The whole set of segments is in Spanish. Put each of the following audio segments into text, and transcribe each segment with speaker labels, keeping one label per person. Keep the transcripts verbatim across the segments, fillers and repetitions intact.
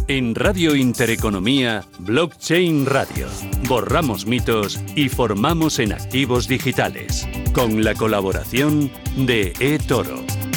Speaker 1: En Radio Intereconomía, Blockchain Radio. Borramos mitos y formamos en activos digitales. Con la colaboración de eToro.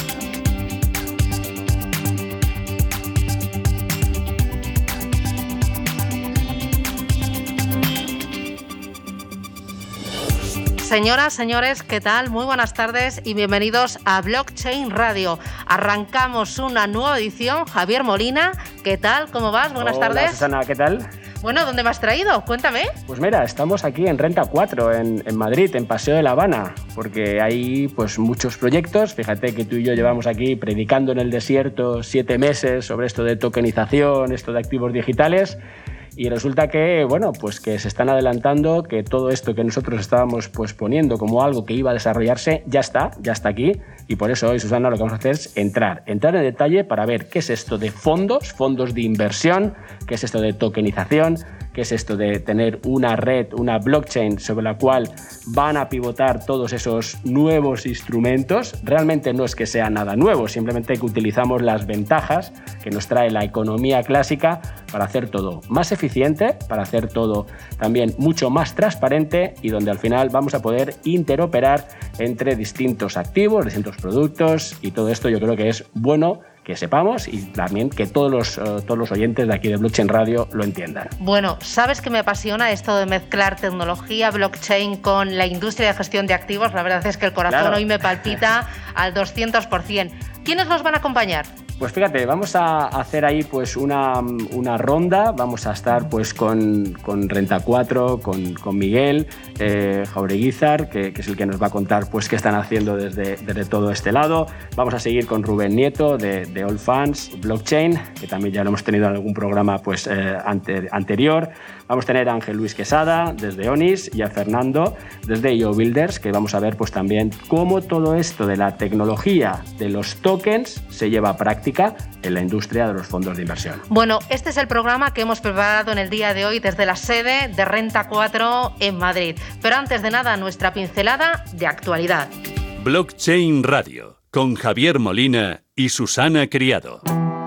Speaker 2: Señoras, señores, ¿qué tal? Muy buenas tardes y bienvenidos a Blockchain Radio. Arrancamos una nueva edición. Javier Molina, ¿qué tal? ¿Cómo vas? Buenas
Speaker 3: Hola,
Speaker 2: tardes.
Speaker 3: Susana, ¿qué tal?
Speaker 2: Bueno, ¿dónde me has traído? Cuéntame.
Speaker 3: Pues mira, estamos aquí en Renta cuatro, en, en Madrid, en Paseo de La Habana, porque hay pues muchos proyectos. Fíjate que tú y yo llevamos aquí predicando en el desierto siete meses sobre esto de tokenización, esto de activos digitales. Y resulta que, bueno, pues que se están adelantando, que todo esto que nosotros estábamos pues poniendo como algo que iba a desarrollarse, ya está, ya está aquí. Y por eso hoy, Susana, lo que vamos a hacer es entrar, entrar en detalle para ver qué es esto de fondos, fondos de inversión, qué es esto de tokenización, qué es esto de tener una red, una blockchain sobre la cual van a pivotar todos esos nuevos instrumentos. Realmente no es que sea nada nuevo, simplemente que utilizamos las ventajas que nos trae la economía clásica para hacer todo más eficiente, para hacer todo también mucho más transparente y donde al final vamos a poder interoperar entre distintos activos, distintos productos, y todo esto yo creo que es bueno que sepamos y también que todos los, uh, todos los oyentes de aquí de Blockchain Radio lo entiendan.
Speaker 2: Bueno, sabes que me apasiona esto de mezclar tecnología, blockchain con la industria de gestión de activos. La verdad es que el corazón
Speaker 3: Claro.
Speaker 2: hoy me palpita al doscientos por ciento. ¿Quiénes nos van a acompañar?
Speaker 3: Pues fíjate, vamos a hacer ahí pues una, una ronda, vamos a estar pues con, con Renta cuatro, con, con Miguel eh, Jaureguizar, que, que es el que nos va a contar pues qué están haciendo desde, desde todo este lado. Vamos a seguir con Rubén Nieto de, de Allfunds Blockchain, que también ya lo hemos tenido en algún programa pues eh, ante, anterior. Vamos a tener a Ángel Luis Quesada desde Onis y a Fernando desde I O Builders, que vamos a ver pues también cómo todo esto de la tecnología de los tokens se lleva a práctica en la industria de los fondos de inversión.
Speaker 2: Bueno, este es el programa que hemos preparado en el día de hoy desde la sede de Renta cuatro en Madrid. Pero antes de nada, nuestra pincelada de actualidad.
Speaker 1: Blockchain Radio. Con Javier Molina y Susana Criado.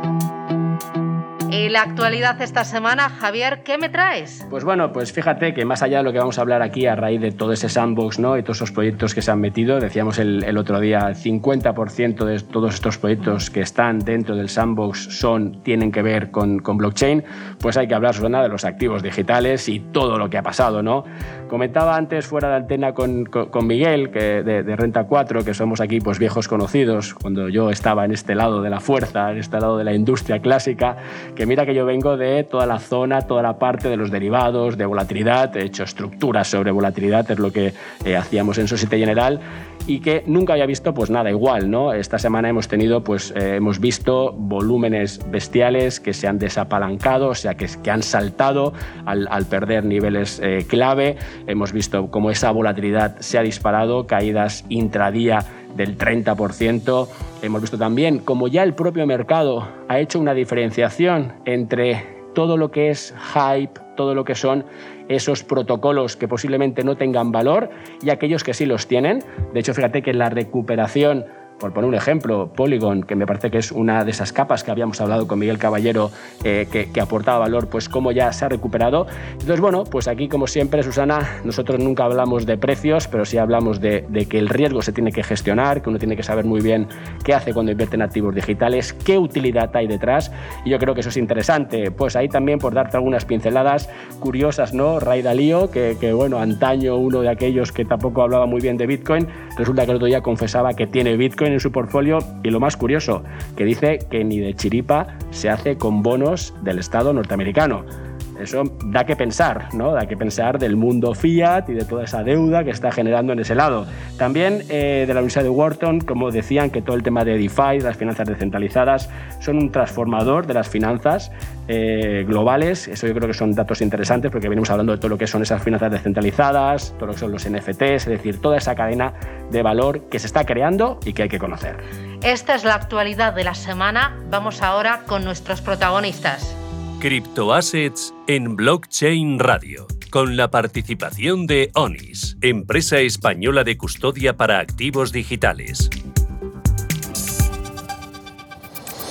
Speaker 2: En la actualidad esta semana, Javier, ¿qué me traes?
Speaker 3: Pues bueno, pues fíjate que más allá de lo que vamos a hablar aquí a raíz de todo ese sandbox, ¿no? Y todos esos proyectos que se han metido, decíamos el, el otro día, el cincuenta por ciento de todos estos proyectos que están dentro del sandbox son, tienen que ver con, con blockchain, pues hay que hablar, Susana, de los activos digitales y todo lo que ha pasado, ¿no? Comentaba antes fuera de antena con, con, con Miguel, que de, de Renta cuatro, que somos aquí pues viejos conocidos, cuando yo estaba en este lado de la fuerza, en este lado de la industria clásica, que mira que yo vengo de toda la zona, toda la parte de los derivados, de volatilidad, he hecho estructuras sobre volatilidad, es lo que eh, hacíamos en Societe General, y que nunca había visto pues nada igual, ¿no? Esta semana hemos tenido, pues eh, hemos visto volúmenes bestiales que se han desapalancado, o sea, que, que han saltado al, al perder niveles eh, clave. Hemos visto cómo esa volatilidad se ha disparado, caídas intradía del treinta por ciento. Hemos visto también cómo ya el propio mercado ha hecho una diferenciación entre todo lo que es hype, todo lo que son esos protocolos que posiblemente no tengan valor y aquellos que sí los tienen. De hecho, fíjate que la recuperación, por poner un ejemplo, Polygon, que me parece que es una de esas capas que habíamos hablado con Miguel Caballero, eh, que, que aportaba valor, pues cómo ya se ha recuperado. Entonces, bueno, pues aquí, como siempre, Susana, nosotros nunca hablamos de precios, pero sí hablamos de, de que el riesgo se tiene que gestionar, que uno tiene que saber muy bien qué hace cuando invierte en activos digitales, qué utilidad hay detrás, y yo creo que eso es interesante. Pues ahí también, por darte algunas pinceladas curiosas, ¿no? Ray Dalio, que, que bueno, antaño uno de aquellos que tampoco hablaba muy bien de Bitcoin, resulta que el otro día confesaba que tiene Bitcoin en su portfolio, y lo más curioso, que dice que ni de chiripa se hace con bonos del Estado norteamericano. Eso da que pensar, ¿no? Da que pensar del mundo fiat y de toda esa deuda que está generando en ese lado. También eh, de la Universidad de Wharton, como decían, que todo el tema de DeFi, las finanzas descentralizadas, son un transformador de las finanzas eh, globales. Eso yo creo que son datos interesantes porque venimos hablando de todo lo que son esas finanzas descentralizadas, todo lo que son los N F Ts, es decir, toda esa cadena de valor que se está creando y que hay que conocer.
Speaker 2: Esta es la actualidad de la semana. Vamos ahora con nuestros protagonistas.
Speaker 1: Criptoassets en Blockchain Radio, con la participación de Onis, empresa española de custodia para activos digitales.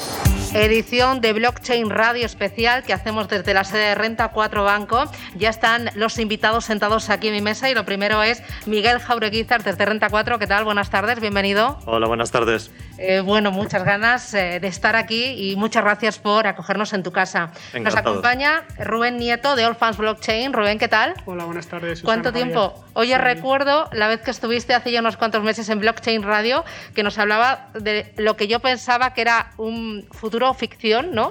Speaker 2: Edición de Blockchain Radio especial que hacemos desde la sede de Renta cuatro Banco. Ya están los invitados sentados aquí en mi mesa y lo primero es Miguel Jaureguizar desde Renta cuatro. ¿Qué tal? Buenas tardes, bienvenido.
Speaker 4: Hola, buenas tardes.
Speaker 2: Eh, bueno, muchas ganas eh, de estar aquí y muchas gracias por acogernos en tu casa.
Speaker 4: Encantado.
Speaker 2: Nos acompaña Rubén Nieto de All Fans Blockchain. Rubén, ¿qué tal?
Speaker 5: Hola, buenas tardes. Susana,
Speaker 2: ¿Cuánto
Speaker 5: Javier.
Speaker 2: tiempo? Oye,
Speaker 5: Sí.
Speaker 2: recuerdo la vez que estuviste hace ya unos cuantos meses en Blockchain Radio, que nos hablaba de lo que yo pensaba que era un futuro ficción, ¿no?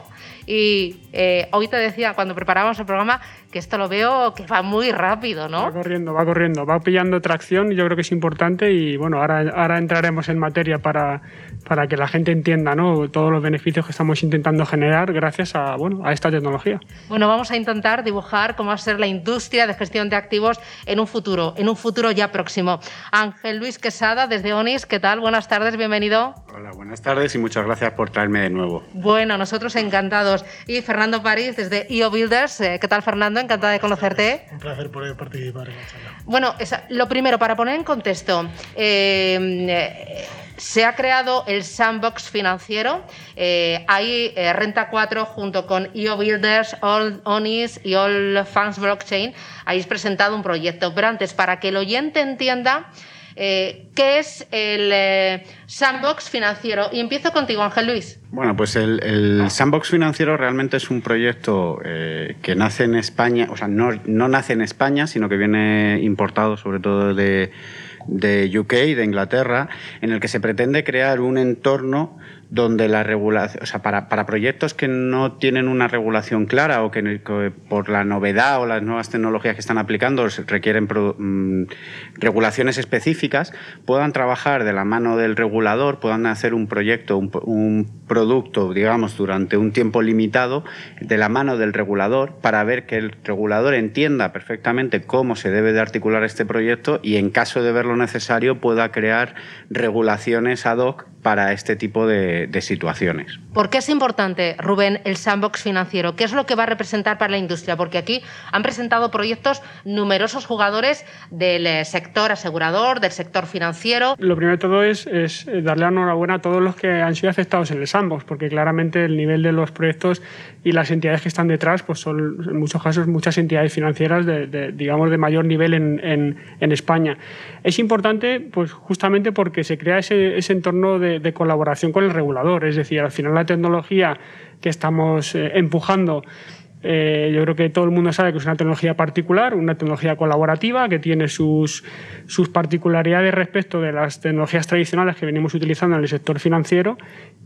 Speaker 2: Y eh, hoy te decía, cuando preparábamos el programa, que esto lo veo que va muy rápido, ¿no?
Speaker 5: Va corriendo, va corriendo, va pillando tracción y yo creo que es importante y bueno, ahora, ahora entraremos en materia para, para que la gente entienda, ¿no?, todos los beneficios que estamos intentando generar gracias a, bueno, a esta tecnología.
Speaker 2: Bueno, vamos a intentar dibujar cómo va a ser la industria de gestión de activos en un futuro, en un futuro ya próximo. Ángel Luis Quesada desde Onis, ¿qué tal? Buenas tardes, bienvenido.
Speaker 6: Hola, buenas tardes y muchas gracias por traerme de nuevo.
Speaker 2: Bueno, nosotros encantados. Y Fernando París desde I O Builders, eh, ¿qué tal, Fernando? Encantada de conocerte.
Speaker 7: Un placer poder participar en la charla.
Speaker 2: Bueno, esa, lo primero, para poner en contexto, eh, eh, se ha creado el Sandbox financiero. Eh, ahí eh, Renta cuatro junto con I O Builders, All Onis y All Fans Blockchain habéis presentado un proyecto. Pero antes, para que el oyente entienda eh, qué es el eh, Sandbox financiero. Y empiezo contigo, Ángel Luis.
Speaker 6: Bueno, pues el, el Sandbox financiero realmente es un proyecto eh, que nace en España, o sea, no, no nace en España, sino que viene importado sobre todo de, de U K, de Inglaterra, en el que se pretende crear un entorno donde la regulación, o sea, para, para proyectos que no tienen una regulación clara o que, que por la novedad o las nuevas tecnologías que están aplicando requieren pro, mmm, regulaciones específicas, puedan trabajar de la mano del regulador, puedan hacer un proyecto, un, un producto, digamos, durante un tiempo limitado de la mano del regulador para ver que el regulador entienda perfectamente cómo se debe de articular este proyecto y, en caso de verlo necesario, pueda crear regulaciones ad hoc para este tipo de, de situaciones.
Speaker 2: ¿Por qué es importante, Rubén, el Sandbox financiero? ¿Qué es lo que va a representar para la industria? Porque aquí han presentado proyectos numerosos jugadores del sector asegurador, del sector financiero.
Speaker 5: Lo primero de todo es, es darle la enhorabuena a todos los que han sido aceptados en el Sandbox, porque claramente el nivel de los proyectos y las entidades que están detrás pues son en muchos casos muchas entidades financieras de, de, digamos, de mayor nivel en, en, en España. Es importante pues justamente porque se crea ese, ese entorno de, de colaboración con el regulador, es decir, al final la tecnología que estamos eh, empujando, Eh, yo creo que todo el mundo sabe que es una tecnología particular, una tecnología colaborativa que tiene sus, sus particularidades respecto de las tecnologías tradicionales que venimos utilizando en el sector financiero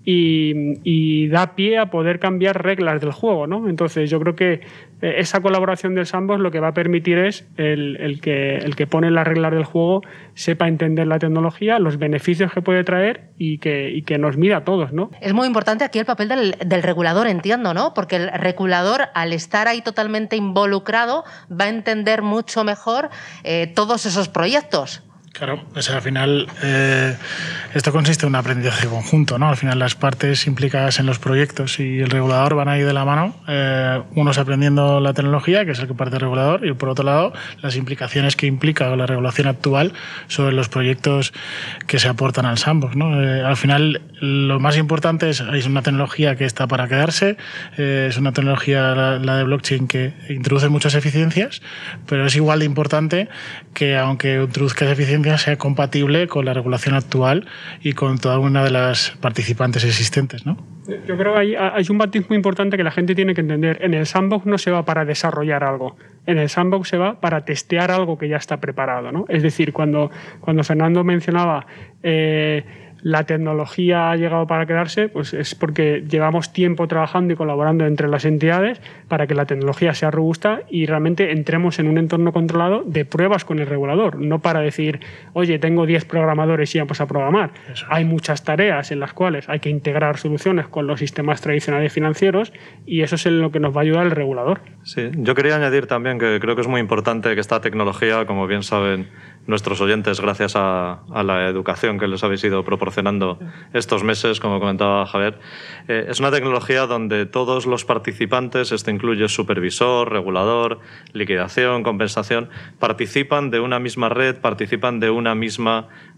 Speaker 5: y, y da pie a poder cambiar reglas del juego, ¿no? Entonces yo creo que eh, esa colaboración del Sandbox lo que va a permitir es el, el, que, el que pone las reglas del juego sepa entender la tecnología, los beneficios que puede traer y que, y que nos mida a todos, ¿no?
Speaker 2: Es muy importante aquí el papel del, del regulador, entiendo, ¿no? Porque el regulador, al estar ahí totalmente involucrado, va a entender mucho mejor eh, todos esos proyectos.
Speaker 7: Claro, o sea, al final eh, esto consiste en un aprendizaje conjunto, ¿no? Al final las partes implicadas en los proyectos y el regulador van a ir de la mano, eh, unos aprendiendo la tecnología, que es el que parte del regulador, y por otro lado las implicaciones que implica la regulación actual sobre los proyectos que se aportan al Sandbox, ¿no? Eh, al final lo más importante es, es una tecnología que está para quedarse, eh, es una tecnología, la, la de blockchain, que introduce muchas eficiencias, pero es igual de importante que, aunque introduzca eficiencias, sea compatible con la regulación actual y con toda una de las participantes existentes, ¿no?
Speaker 5: Yo creo que hay, hay un matiz muy importante que la gente tiene que entender. En el Sandbox no se va para desarrollar algo. En el Sandbox se va para testear algo que ya está preparado, ¿no? Es decir, cuando, cuando Fernando mencionaba eh, la tecnología ha llegado para quedarse, pues es porque llevamos tiempo trabajando y colaborando entre las entidades para que la tecnología sea robusta y realmente entremos en un entorno controlado de pruebas con el regulador, no para decir, oye, tengo diez programadores y vamos a programar. Eso. Hay muchas tareas en las cuales hay que integrar soluciones con los sistemas tradicionales financieros y eso es en lo que nos va a ayudar el regulador.
Speaker 4: Sí, yo quería añadir también que creo que es muy importante que esta tecnología, como bien saben nuestros oyentes, gracias a, a la educación que les habéis ido proporcionando estos meses, como comentaba Javier, eh, es una tecnología donde todos los participantes, esto incluye supervisor, regulador, liquidación, compensación, participan de una misma red, participan de una misma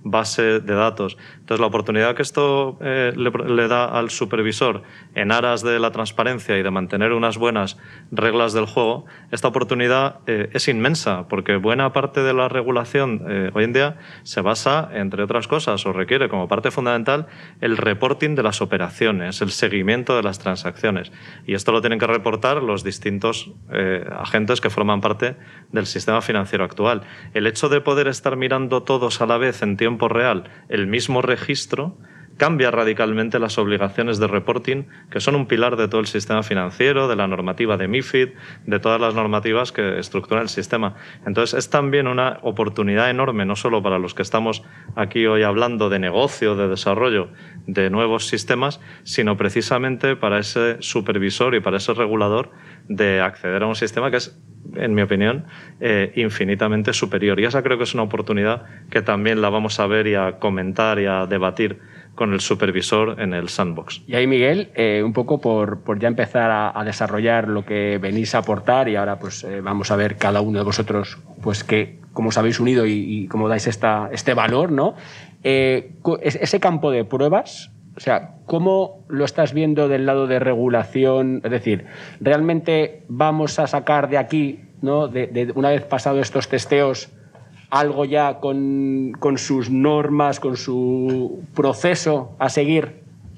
Speaker 4: base de datos. Entonces, la oportunidad que esto eh, le, le da al supervisor en aras de la transparencia y de mantener unas buenas reglas del juego, esta oportunidad eh, es inmensa, porque buena parte de la regulación eh, hoy en día se basa, entre otras cosas, o requiere como parte fundamental el reporting de las operaciones, el seguimiento de las transacciones. Y esto lo tienen que reportar los distintos eh, agentes que forman parte del sistema financiero actual. El hecho de poder estar mirando todos a la vez en tiempo real el mismo registro cambia radicalmente las obligaciones de reporting, que son un pilar de todo el sistema financiero, de la normativa de MiFID, de todas las normativas que estructuran el sistema. Entonces, es también una oportunidad enorme, no solo para los que estamos aquí hoy hablando de negocio, de desarrollo de nuevos sistemas, sino precisamente para ese supervisor y para ese regulador de acceder a un sistema que es, en mi opinión, eh, infinitamente superior. Y esa creo que es una oportunidad que también la vamos a ver y a comentar y a debatir con el supervisor en el sandbox.
Speaker 3: Y ahí, Miguel, eh, un poco por, por ya empezar a, a desarrollar lo que venís a aportar, y ahora pues eh, vamos a ver cada uno de vosotros pues que, cómo os habéis unido y, y cómo dais esta, este valor, ¿no? Eh, ese campo de pruebas, o sea, ¿cómo lo estás viendo del lado de regulación? Es decir, ¿realmente vamos a sacar de aquí, ¿no? de, de una vez pasado estos testeos, algo ya con, con sus normas, con su proceso a seguir?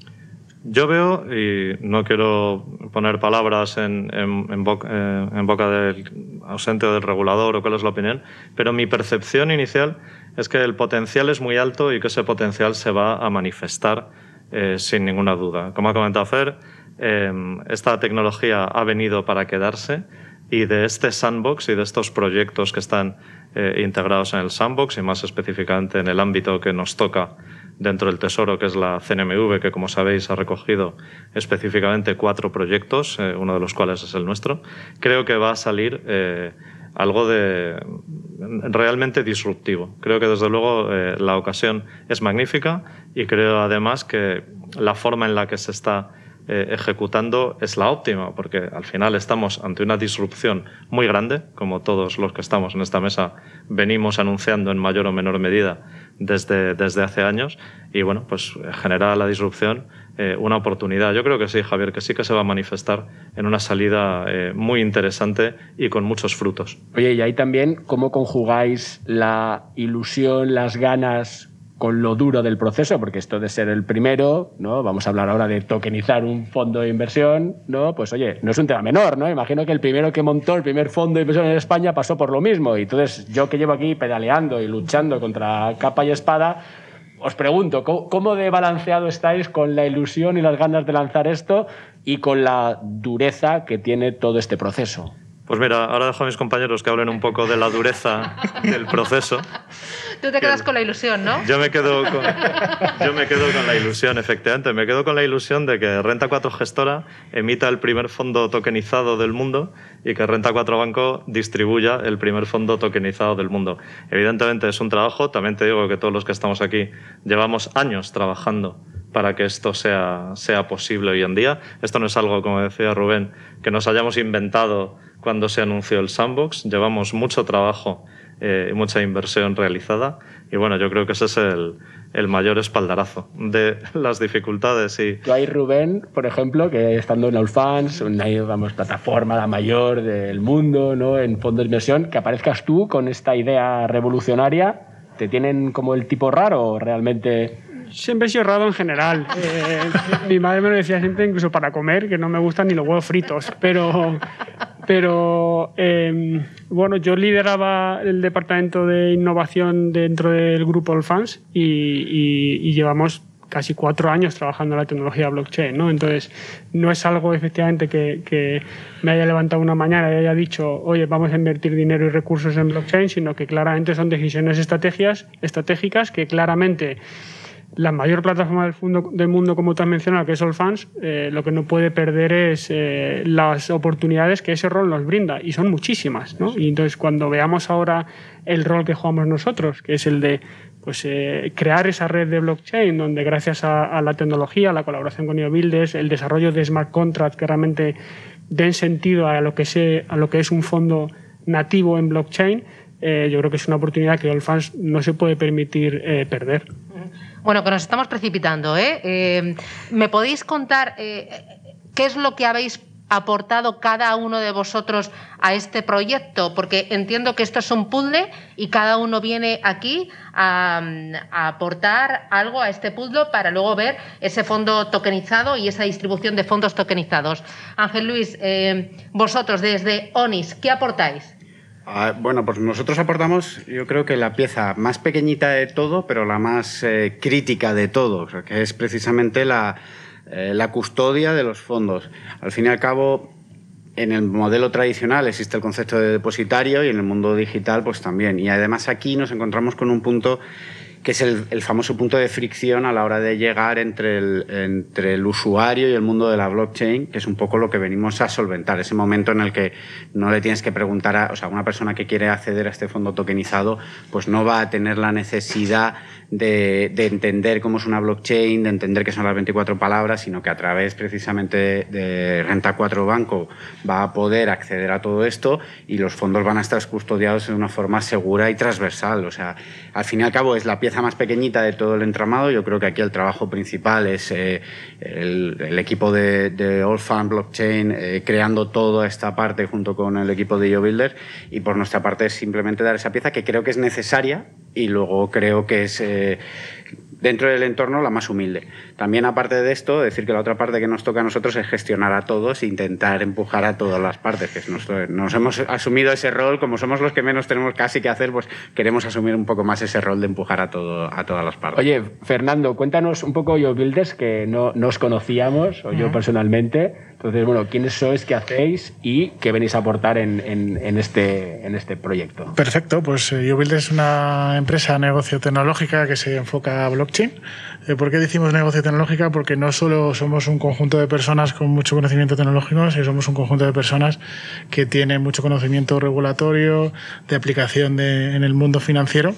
Speaker 4: Yo veo, y no quiero poner palabras en, en, en, boca, eh, en boca del ausente o del regulador o cuál es la opinión, pero mi percepción inicial es que el potencial es muy alto y que ese potencial se va a manifestar eh, sin ninguna duda. Como ha comentado Fer, eh, esta tecnología ha venido para quedarse, y de este sandbox y de estos proyectos que están eh, integrados en el sandbox y más específicamente en el ámbito que nos toca dentro del Tesoro, que es la C N M V, que como sabéis ha recogido específicamente cuatro proyectos, eh, uno de los cuales es el nuestro, creo que va a salir eh, algo de realmente disruptivo. Creo que desde luego eh, la ocasión es magnífica y creo además que la forma en la que se está Eh, ejecutando es la óptima, porque al final estamos ante una disrupción muy grande, como todos los que estamos en esta mesa venimos anunciando en mayor o menor medida desde, desde hace años, y bueno, pues genera la disrupción eh, una oportunidad. Yo creo que sí, Javier, que sí que se va a manifestar en una salida eh, muy interesante y con muchos frutos.
Speaker 3: Oye, y ahí también, ¿cómo conjugáis la ilusión, las ganas con lo duro del proceso? Porque esto de ser el primero, ¿no? Vamos a hablar ahora de tokenizar un fondo de inversión, ¿no? Pues oye, no es un tema menor, ¿no? Imagino que el primero que montó el primer fondo de inversión en España pasó por lo mismo. Y entonces, yo que llevo aquí pedaleando y luchando contra capa y espada, os pregunto, ¿cómo, cómo de balanceado estáis con la ilusión y las ganas de lanzar esto y con la dureza que tiene todo este proceso?
Speaker 4: Pues mira, ahora dejo a mis compañeros que hablen un poco de la dureza del proceso.
Speaker 2: Tú te quedas con la ilusión, ¿no?
Speaker 4: Yo me quedo con, yo me quedo con la ilusión, efectivamente. Me quedo con la ilusión de que Renta cuatro Gestora emita el primer fondo tokenizado del mundo y que Renta cuatro Banco distribuya el primer fondo tokenizado del mundo. Evidentemente es un trabajo, también te digo que todos los que estamos aquí llevamos años trabajando para que esto sea, sea posible hoy en día. Esto no es algo, como decía Rubén, que nos hayamos inventado cuando se anunció el sandbox. Llevamos mucho trabajo y eh, mucha inversión realizada y bueno, yo creo que ese es el, el mayor espaldarazo de las dificultades. Y
Speaker 3: tú ahí, Rubén, por ejemplo, que estando en Allfunds, una vamos, plataforma la mayor del mundo, ¿no? En fondos de inversión, que aparezcas tú con esta idea revolucionaria, ¿te tienen como el tipo raro realmente?
Speaker 5: Siempre he sido raro en general. Eh, mi madre me lo decía siempre, incluso para comer, que no me gustan ni los huevos fritos. Pero, pero eh, bueno, yo lideraba el departamento de innovación dentro del grupo Allfunds y, y, y llevamos casi cuatro años trabajando en la tecnología blockchain, ¿no? Entonces, no es algo efectivamente que, que me haya levantado una mañana y haya dicho, oye, vamos a invertir dinero y recursos en blockchain, sino que claramente son decisiones estrategias, estratégicas que claramente la mayor plataforma del, fundo, del mundo, como tú has mencionado, que es Allfunds, eh, lo que no puede perder es eh, las oportunidades que ese rol nos brinda, y son muchísimas, ¿no? Y entonces, cuando veamos ahora el rol que jugamos nosotros, que es el de pues, eh, crear esa red de blockchain, donde gracias a, a la tecnología, la colaboración con IOBuilders, el desarrollo de smart contracts que realmente den sentido a lo que, se, a lo que es un fondo nativo en blockchain, eh, yo creo que es una oportunidad que Allfunds no se puede permitir eh, perder.
Speaker 2: Bueno, que nos estamos precipitando, ¿eh? eh ¿Me podéis contar eh, qué es lo que habéis aportado cada uno de vosotros a este proyecto? Porque entiendo que esto es un puzzle y cada uno viene aquí a, a aportar algo a este puzzle para luego ver ese fondo tokenizado y esa distribución de fondos tokenizados. Ángel Luis, eh, vosotros desde ONIS, ¿qué aportáis?
Speaker 6: Uh, bueno, pues nosotros aportamos, yo creo que la pieza más pequeñita de todo, pero la más eh, crítica de todo, o sea, que es precisamente la, eh, la custodia de los fondos. Al fin y al cabo, en el modelo tradicional existe el concepto de depositario y en el mundo digital pues también. Y además aquí nos encontramos con un punto que es el, el famoso punto de fricción a la hora de llegar entre el, entre el usuario y el mundo de la blockchain, que es un poco lo que venimos a solventar, ese momento en el que no le tienes que preguntar a, o sea, una persona que quiere acceder a este fondo tokenizado, pues no va a tener la necesidad de, de entender cómo es una blockchain, de entender qué son las veinticuatro palabras, sino que a través precisamente de, de Renta cuatro Banco va a poder acceder a todo esto y los fondos van a estar custodiados de una forma segura y transversal. O sea, al fin y al cabo es la pieza más pequeñita de todo el entramado. Yo creo que aquí el trabajo principal es eh, el, el equipo de, de Allfunds Blockchain eh, creando toda esta parte junto con el equipo de IOBuilder, y por nuestra parte es simplemente dar esa pieza que creo que es necesaria y luego creo que es eh, dentro del entorno la más humilde. También aparte de esto, decir que la otra parte que nos toca a nosotros es gestionar a todos e intentar empujar a todas las partes, que nos, nos hemos asumido ese rol, como somos los que menos tenemos casi que hacer, pues queremos asumir un poco más ese rol de empujar a todo a todas las partes.
Speaker 3: Oye, Fernando, cuéntanos un poco IOBuilders, que no nos conocíamos, o yo personalmente. Entonces, bueno, ¿quiénes sois, qué hacéis y qué venís a aportar en, en, en, este, en este proyecto?
Speaker 7: Perfecto, pues eh, IOBuilders es una empresa negocio tecnológica que se enfoca a blockchain. Eh, ¿Por qué decimos negocio tecnológica? Porque no solo somos un conjunto de personas con mucho conocimiento tecnológico, sino somos un conjunto de personas que tienen mucho conocimiento regulatorio, de aplicación de, en el mundo financiero.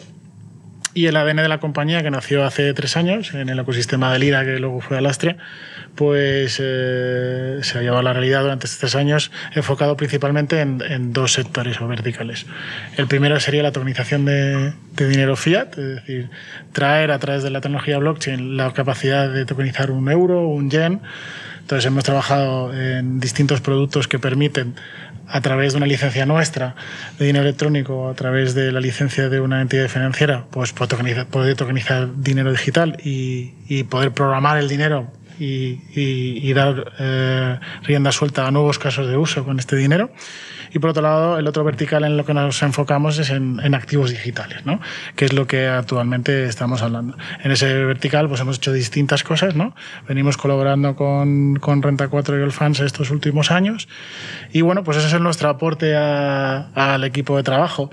Speaker 7: Y el A D N de la compañía, que nació hace tres años en el ecosistema de Lira, que luego fue Alastria, pues eh, se ha llevado a la realidad durante estos tres años, enfocado principalmente en, en dos sectores o verticales. El primero sería la tokenización de, de dinero fiat, es decir, traer a través de la tecnología blockchain la capacidad de tokenizar un euro, un yen. Entonces hemos trabajado en distintos productos que permiten, a través de una licencia nuestra de dinero electrónico, a través de la licencia de una entidad financiera, pues poder tokenizar, poder tokenizar dinero digital y, y poder programar el dinero y, y, y dar eh, rienda suelta a nuevos casos de uso con este dinero. Y por otro lado, el otro vertical en lo que nos enfocamos es en, en activos digitales, ¿no? Que es lo que actualmente estamos hablando. En ese vertical pues hemos hecho distintas cosas, ¿no? Venimos colaborando con, con Renta cuatro y Allfunds estos últimos años y bueno, pues ese es nuestro aporte a, al equipo de trabajo.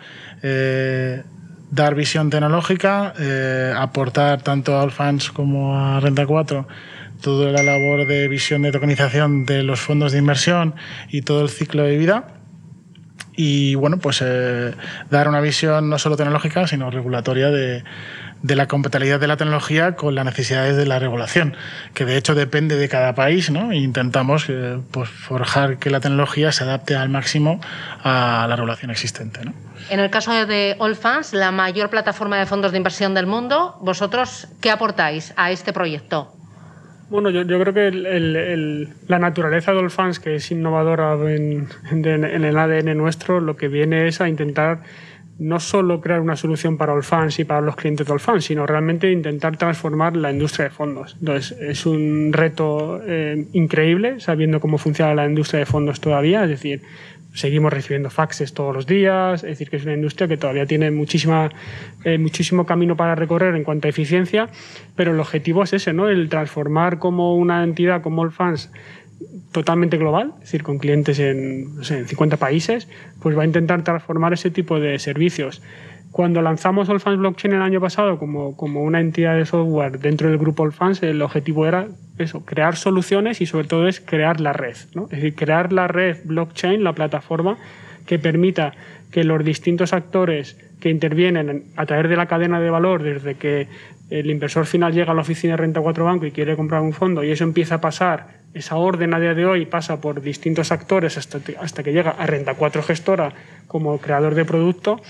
Speaker 7: Eh, dar visión tecnológica, eh, aportar tanto a Allfunds como a Renta cuatro toda la labor de visión de tokenización de los fondos de inversión y todo el ciclo de vida. Y bueno, pues eh, dar una visión no solo tecnológica, sino regulatoria de, de la compatibilidad de la tecnología con las necesidades de la regulación, que de hecho depende de cada país, ¿no? E intentamos eh, pues forjar que la tecnología se adapte al máximo a la regulación existente, ¿no?
Speaker 2: En el caso de Allfunds, la mayor plataforma de fondos de inversión del mundo, ¿vosotros qué aportáis a este proyecto?
Speaker 5: Bueno, yo, yo creo que el, el, el, la naturaleza de Allfunds, que es innovadora en, en, en el A D N nuestro, lo que viene es a intentar no solo crear una solución para Allfunds y para los clientes de Allfunds, sino realmente intentar transformar la industria de fondos. Entonces, es un reto eh, increíble, sabiendo cómo funciona la industria de fondos todavía, es decir, seguimos recibiendo faxes todos los días, es decir, que es una industria que todavía tiene muchísima, eh, muchísimo camino para recorrer en cuanto a eficiencia, pero el objetivo es ese, ¿no? El transformar como una entidad como Allfunds totalmente global, es decir, con clientes en, no sé, en cincuenta países, pues va a intentar transformar ese tipo de servicios. Cuando lanzamos Allfunds Blockchain el año pasado como, como una entidad de software dentro del grupo Allfunds, el objetivo era eso, crear soluciones y sobre todo es crear la red, ¿no? Es decir, crear la red blockchain, la plataforma que permita que los distintos actores que intervienen a través de la cadena de valor, desde que el inversor final llega a la oficina de Renta cuatro Banco y quiere comprar un fondo y eso empieza a pasar, esa orden a día de hoy pasa por distintos actores hasta, hasta que llega a Renta cuatro Gestora como creador de producto,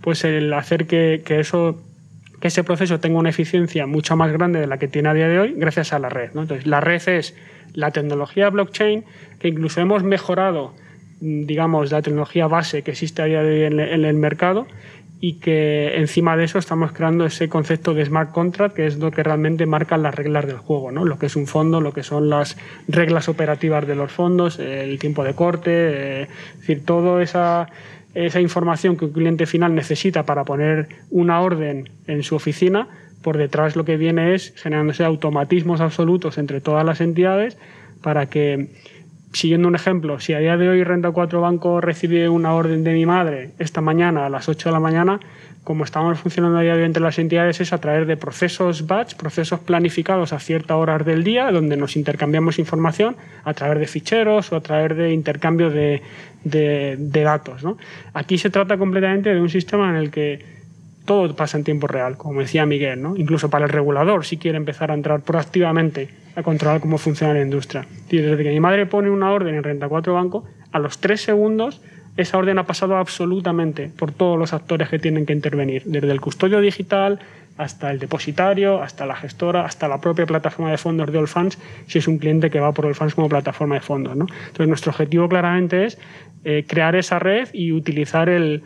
Speaker 5: pues el hacer que, que eso... que ese proceso tenga una eficiencia mucho más grande de la que tiene a día de hoy gracias a la red, ¿no? Entonces, la red es la tecnología blockchain que incluso hemos mejorado, digamos, la tecnología base que existe a día de hoy en, en el mercado y que encima de eso estamos creando ese concepto de smart contract, que es lo que realmente marca las reglas del juego, ¿no? Lo que es un fondo, lo que son las reglas operativas de los fondos, el tiempo de corte, eh, es decir, toda esa... esa información que un cliente final necesita para poner una orden en su oficina, por detrás lo que viene es generándose automatismos absolutos entre todas las entidades para que, siguiendo un ejemplo, si a día de hoy Renta cuatro Banco recibe una orden de mi madre esta mañana a las ocho de la mañana, como estamos funcionando a día de hoy entre las entidades es a través de procesos batch, procesos planificados a ciertas horas del día, donde nos intercambiamos información a través de ficheros o a través de intercambio de, de, de datos, ¿no? Aquí se trata completamente de un sistema en el que todo pasa en tiempo real, como decía Miguel, ¿no? Incluso para el regulador, si quiere empezar a entrar proactivamente a controlar cómo funciona la industria. Y desde que mi madre pone una orden en Renta cuatro Banco, a los tres segundos esa orden ha pasado absolutamente por todos los actores que tienen que intervenir, desde el custodio digital hasta el depositario, hasta la gestora, hasta la propia plataforma de fondos de Allfunds, si es un cliente que va por Allfunds como plataforma de fondos, ¿no? Entonces, nuestro objetivo claramente es eh, crear esa red y utilizar el,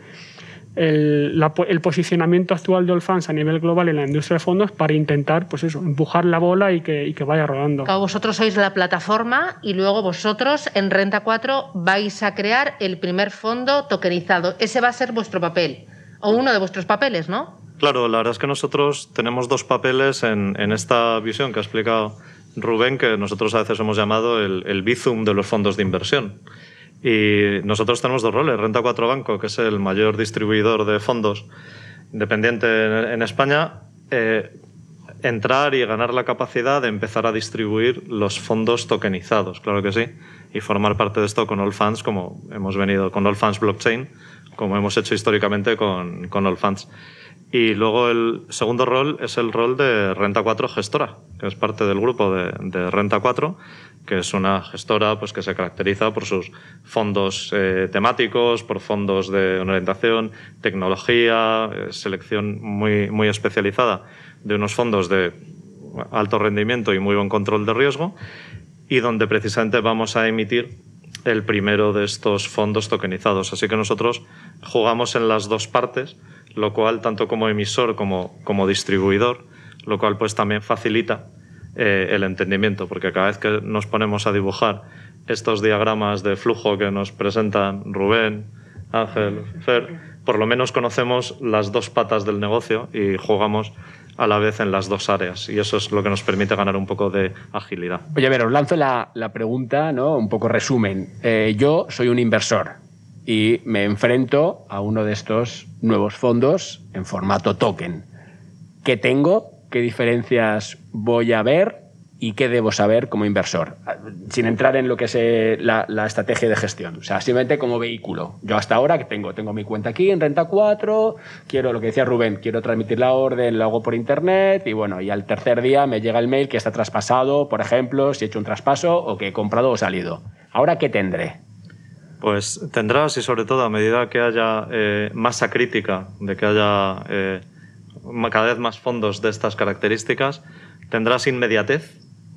Speaker 5: el, la, el posicionamiento actual de Allfunds a nivel global en la industria de fondos para intentar, pues eso, empujar la bola y que, y que vaya rodando.
Speaker 2: Claro, vosotros sois la plataforma y luego vosotros en Renta cuatro vais a crear el primer fondo tokenizado. Ese va a ser vuestro papel, o uno de vuestros papeles, ¿no?
Speaker 4: Claro, la verdad es que nosotros tenemos dos papeles en, en esta visión que ha explicado Rubén, que nosotros a veces hemos llamado el, el Bizum de los fondos de inversión. Y nosotros tenemos dos roles. Renta cuatro Banco, que es el mayor distribuidor de fondos independiente en, en España, eh, entrar y ganar la capacidad de empezar a distribuir los fondos tokenizados, claro que sí, y formar parte de esto con Allfunds, como hemos venido con Allfunds Blockchain, como hemos hecho históricamente con, con Allfunds. Y luego el segundo rol es el rol de Renta cuatro Gestora, que es parte del grupo de, de Renta cuatro, que es una gestora pues, que se caracteriza por sus fondos eh, temáticos, por fondos de orientación, tecnología, eh, selección muy, muy especializada de unos fondos de alto rendimiento y muy buen control de riesgo, y donde precisamente vamos a emitir el primero de estos fondos tokenizados. Así que nosotros jugamos en las dos partes, lo cual tanto como emisor como, como distribuidor, lo cual pues también facilita eh, el entendimiento, porque cada vez que nos ponemos a dibujar estos diagramas de flujo que nos presentan Rubén, Ángel, Fer, por lo menos conocemos las dos patas del negocio y jugamos a la vez en las dos áreas, y eso es lo que nos permite ganar un poco de agilidad.
Speaker 3: Oye, a ver, os lanzo la, la pregunta, ¿no? Un poco resumen. Eh, yo soy un inversor y me enfrento a uno de estos nuevos fondos en formato token. ¿Qué tengo? ¿Qué diferencias voy a ver? ¿Y qué debo saber como inversor? Sin entrar en lo que es eh, la, la estrategia de gestión. O sea, simplemente como vehículo. Yo hasta ahora que tengo, tengo mi cuenta aquí en Renta cuatro, quiero lo que decía Rubén, quiero transmitir la orden, lo hago por internet y bueno, y al tercer día me llega el mail que está traspasado, por ejemplo, si he hecho un traspaso o que he comprado o salido. ¿Ahora qué tendré?
Speaker 4: Pues tendrás, y sobre todo a medida que haya eh, masa crítica, de que haya eh, cada vez más fondos de estas características, tendrás inmediatez,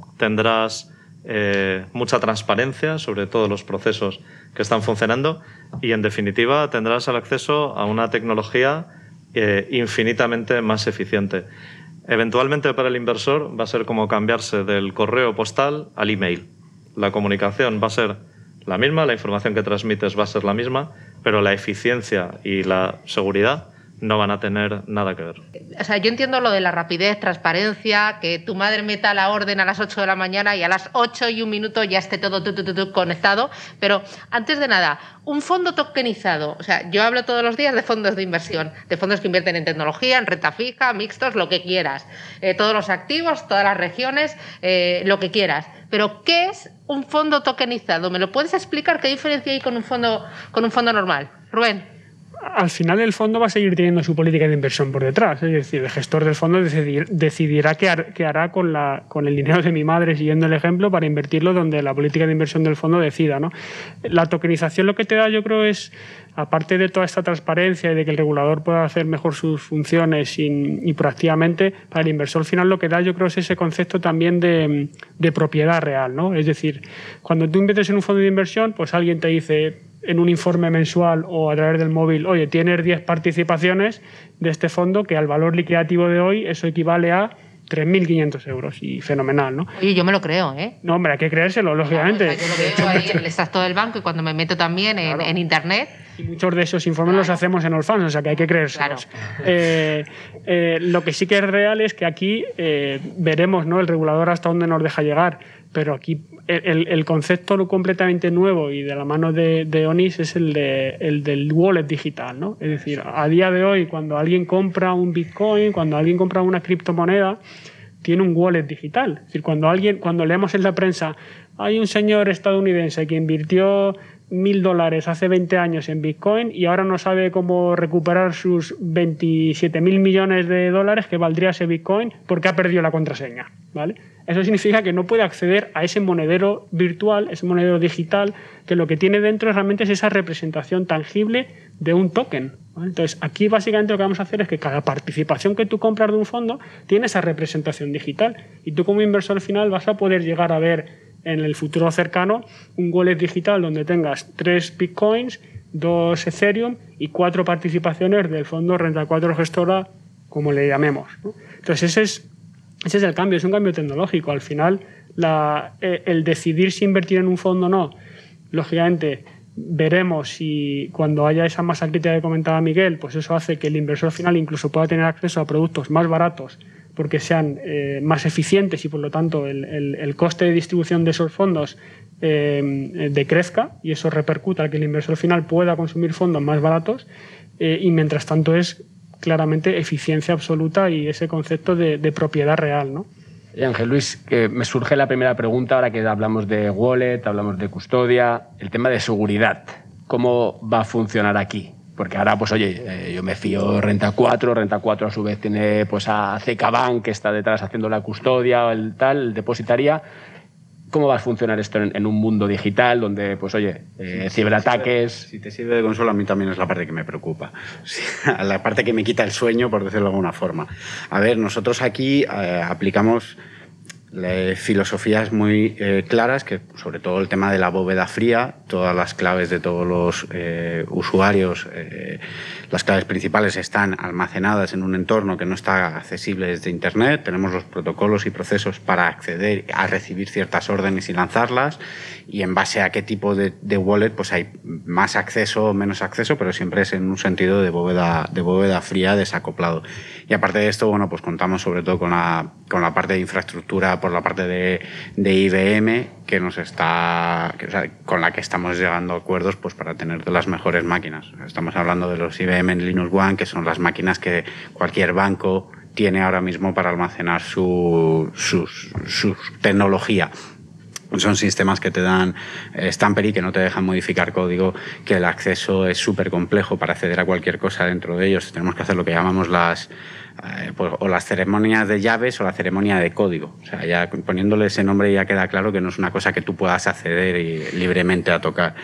Speaker 4: tendrás eh, mucha transparencia sobre todos los procesos que están funcionando y, en definitiva, tendrás el acceso a una tecnología eh, infinitamente más eficiente. Eventualmente, para el inversor va a ser como cambiarse del correo postal al email. La comunicación va a ser la misma, la información que transmites va a ser la misma, pero la eficiencia y la seguridad no van a tener nada que ver.
Speaker 2: O sea, yo entiendo lo de la rapidez, transparencia, que tu madre meta la orden a las ocho de la mañana y a las ocho y un minuto ya esté todo tu, tu, tu, tu, conectado, pero antes de nada, un fondo tokenizado, o sea, yo hablo todos los días de fondos de inversión, de fondos que invierten en tecnología, en renta fija, mixtos, lo que quieras, eh, todos los activos, todas las regiones, eh, lo que quieras, pero ¿qué es un fondo tokenizado? ¿Me lo puedes explicar? ¿Qué diferencia hay con un fondo, con un fondo normal? Rubén.
Speaker 5: al final el fondo va a seguir teniendo su política de inversión por detrás. Es decir, el gestor del fondo decidir, decidirá qué, har, qué hará con, la, con el dinero de mi madre, siguiendo el ejemplo, para invertirlo donde la política de inversión del fondo decida, ¿no? La tokenización lo que te da, yo creo, es, aparte de toda esta transparencia y de que el regulador pueda hacer mejor sus funciones y, y proactivamente, para el inversor final lo que da, yo creo, es ese concepto también de, de propiedad real, ¿no? Es decir, cuando tú inviertes en un fondo de inversión, pues alguien te dice en un informe mensual o a través del móvil, oye, tienes diez participaciones de este fondo que al valor liquidativo de hoy eso equivale a tres mil quinientos euros y fenomenal, ¿no?
Speaker 2: Oye, yo me lo creo, ¿eh?
Speaker 5: No, hombre, hay que creérselo, lógicamente.
Speaker 2: Claro, o sea, yo lo veo ahí en el extracto del banco y cuando me meto también en, claro. en internet.
Speaker 5: Y muchos de esos informes claro. los hacemos en Allfunds, o sea que hay que creérselos. Claro. Eh, eh, lo que sí que es real es que aquí eh, veremos, ¿no?, el regulador hasta dónde nos deja llegar, pero aquí el, el concepto completamente nuevo y de la mano de, de Onis es el, de, el del wallet digital, ¿no? Es decir, a día de hoy, cuando alguien compra un Bitcoin, cuando alguien compra una criptomoneda, tiene un wallet digital. Es decir, cuando alguien, cuando leemos en la prensa, hay un señor estadounidense que invirtió mil dólares hace veinte años en Bitcoin y ahora no sabe cómo recuperar sus veintisiete mil millones de dólares que valdría ese Bitcoin porque ha perdido la contraseña, ¿vale? Eso significa que no puede acceder a ese monedero virtual, ese monedero digital, que lo que tiene dentro realmente es esa representación tangible de un token, ¿vale? Entonces, aquí básicamente lo que vamos a hacer es que cada participación que tú compras de un fondo tiene esa representación digital y tú como inversor final vas a poder llegar a ver en el futuro cercano un wallet digital donde tengas tres Bitcoins, dos Ethereum y cuatro participaciones del fondo Renta cuatro Gestora, como le llamemos, ¿no? Entonces, ese es Ese es el cambio, es un cambio tecnológico. Al final, la, eh, el decidir si invertir en un fondo o no, lógicamente, veremos si cuando haya esa masa crítica que comentaba Miguel, pues eso hace que el inversor final incluso pueda tener acceso a productos más baratos porque sean eh, más eficientes y, por lo tanto, el, el, el coste de distribución de esos fondos eh, decrezca y eso repercuta a que el inversor final pueda consumir fondos más baratos eh, y, mientras tanto, es claramente eficiencia absoluta y ese concepto de, de propiedad real, ¿no?
Speaker 3: Y Ángel Luis, que me surge la primera pregunta ahora que hablamos de wallet, hablamos de custodia, el tema de seguridad. ¿Cómo va a funcionar aquí? Porque ahora, pues oye, eh, yo me fío Renta cuatro, Renta cuatro a su vez tiene pues a C K Bank que está detrás haciendo la custodia o el tal, el depositaría. ¿Cómo va a funcionar esto en, en un mundo digital donde, pues oye, eh, sí, ciberataques...
Speaker 6: Si te sirve de consuelo, a mí también es la parte que me preocupa. La parte que me quita el sueño, por decirlo de alguna forma. A ver, nosotros aquí eh, aplicamos eh, filosofías muy eh, claras, que sobre todo el tema de la bóveda fría, todas las claves de todos los eh, usuarios, eh, las claves principales están almacenadas en un entorno que no está accesible desde Internet. Tenemos los protocolos y procesos para acceder a recibir ciertas órdenes y lanzarlas, y en base a qué tipo de, de wallet pues hay más acceso o menos acceso, pero siempre es en un sentido de bóveda, de bóveda fría desacoplado. Y aparte de esto, bueno, pues contamos sobre todo con la, con la parte de infraestructura por la parte de, de I B M, que nos está, que, o sea, con la que estamos llegando a acuerdos pues para tener de las mejores máquinas. Estamos hablando de los I B M en Linux One, que son las máquinas que cualquier banco tiene ahora mismo para almacenar su, su, su tecnología. Son sistemas que te dan Stamper y que no te dejan modificar código, que el acceso es súper complejo para acceder a cualquier cosa dentro de ellos. Tenemos que hacer lo que llamamos las eh, pues, o las ceremonias de llaves o la ceremonia de código. O sea, ya poniéndole ese nombre ya queda claro que no es una cosa que tú puedas acceder y, libremente a tocar.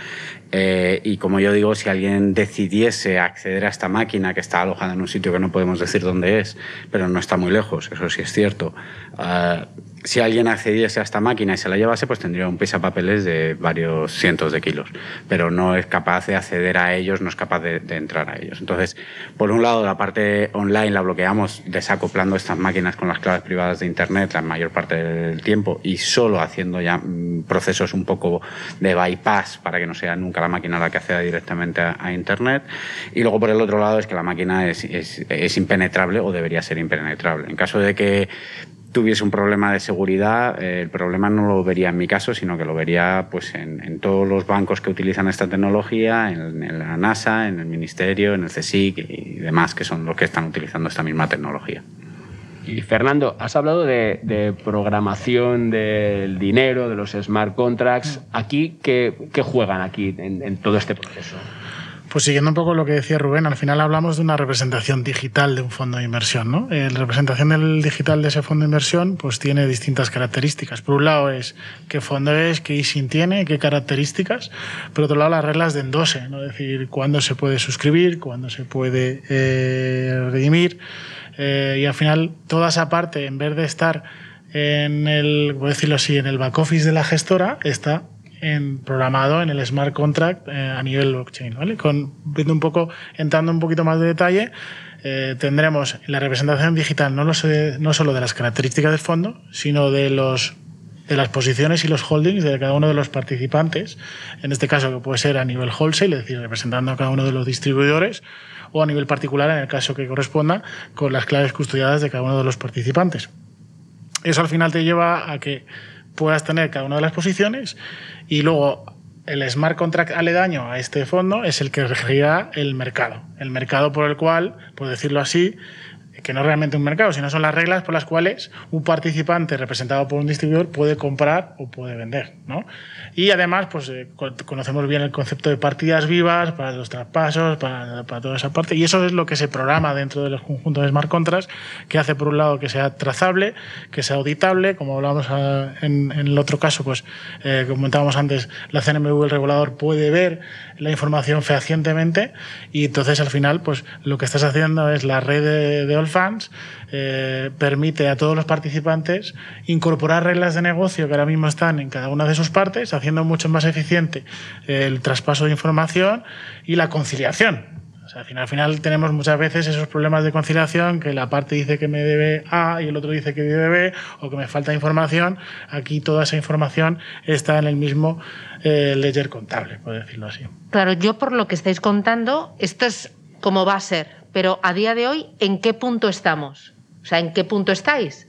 Speaker 6: Eh, y como yo digo, si alguien decidiese acceder a esta máquina que está alojada en un sitio que no podemos decir dónde es, pero no está muy lejos, eso sí es cierto, uh, si alguien accediese a esta máquina y se la llevase, pues tendría un pisapapeles de varios cientos de kilos, pero no es capaz de acceder a ellos, no es capaz de, de entrar a ellos. Entonces, por un lado, la parte online la bloqueamos desacoplando estas máquinas con las claves privadas de Internet la mayor parte del tiempo y solo haciendo ya mm, procesos un poco de bypass para que no sea nunca la máquina la que acceda directamente a, a Internet. Y luego, por el otro lado, es que la máquina es, es, es impenetrable o debería ser impenetrable. En caso de que tuviese un problema de seguridad, eh, el problema no lo vería en mi caso, sino que lo vería pues en, en todos los bancos que utilizan esta tecnología, en, en la NASA, en el Ministerio, en el C S I C y demás, que son los que están utilizando esta misma tecnología.
Speaker 3: Y Fernando, has hablado de, de programación del dinero, de los smart contracts. ¿Aquí qué, qué juegan aquí en, en todo este proceso?
Speaker 7: Pues siguiendo un poco lo que decía Rubén, al final hablamos de una representación digital de un fondo de inversión, ¿no? Eh, la representación del digital de ese fondo de inversión pues tiene distintas características. Por un lado es qué fondo es, qué I S I N tiene, qué características. Por otro lado, las reglas de endose, ¿no? Es decir, cuándo se puede suscribir, cuándo se puede eh, redimir. Eh, y al final, toda esa parte, en vez de estar en el, voy a decirlo así, en el back office de la gestora, está en, programado en el smart contract eh, a nivel blockchain, ¿vale? Con, viendo un poco, entrando un poquito más de detalle, eh, tendremos la representación digital no, lo sé, no solo de las características del fondo, sino de los de las posiciones y los holdings de cada uno de los participantes, en este caso que puede ser a nivel wholesale, es decir, representando a cada uno de los distribuidores, o a nivel particular, en el caso que corresponda, con las claves custodiadas de cada uno de los participantes. Eso al final te lleva a que puedas tener cada una de las posiciones y luego el smart contract aledaño a este fondo es el que regirá el mercado. El mercado por el cual, por decirlo así, que no es realmente un mercado, sino son las reglas por las cuales un participante representado por un distribuidor puede comprar o puede vender, ¿no? Y además, pues eh, conocemos bien el concepto de partidas vivas para los traspasos, para, para toda esa parte, y eso es lo que se programa dentro del conjunto de smart contracts, que hace por un lado que sea trazable, que sea auditable, como hablábamos a, en, en el otro caso, pues eh, comentábamos antes, la C N M V, el regulador, puede ver la información fehacientemente, y entonces al final, pues lo que estás haciendo es la red de, de Allfunds, eh, permite a todos los participantes incorporar reglas de negocio que ahora mismo están en cada una de sus partes, haciendo mucho más eficiente el traspaso de información y la conciliación. O sea, al final, al final tenemos muchas veces esos problemas de conciliación, que la parte dice que me debe A y el otro dice que debe B, o que me falta información. Aquí toda esa información está en el mismo eh, ledger contable, por decirlo así.
Speaker 2: Claro, yo por lo que estáis contando, esto es como va a ser, pero a día de hoy, ¿en qué punto estamos? O sea, ¿en qué punto estáis?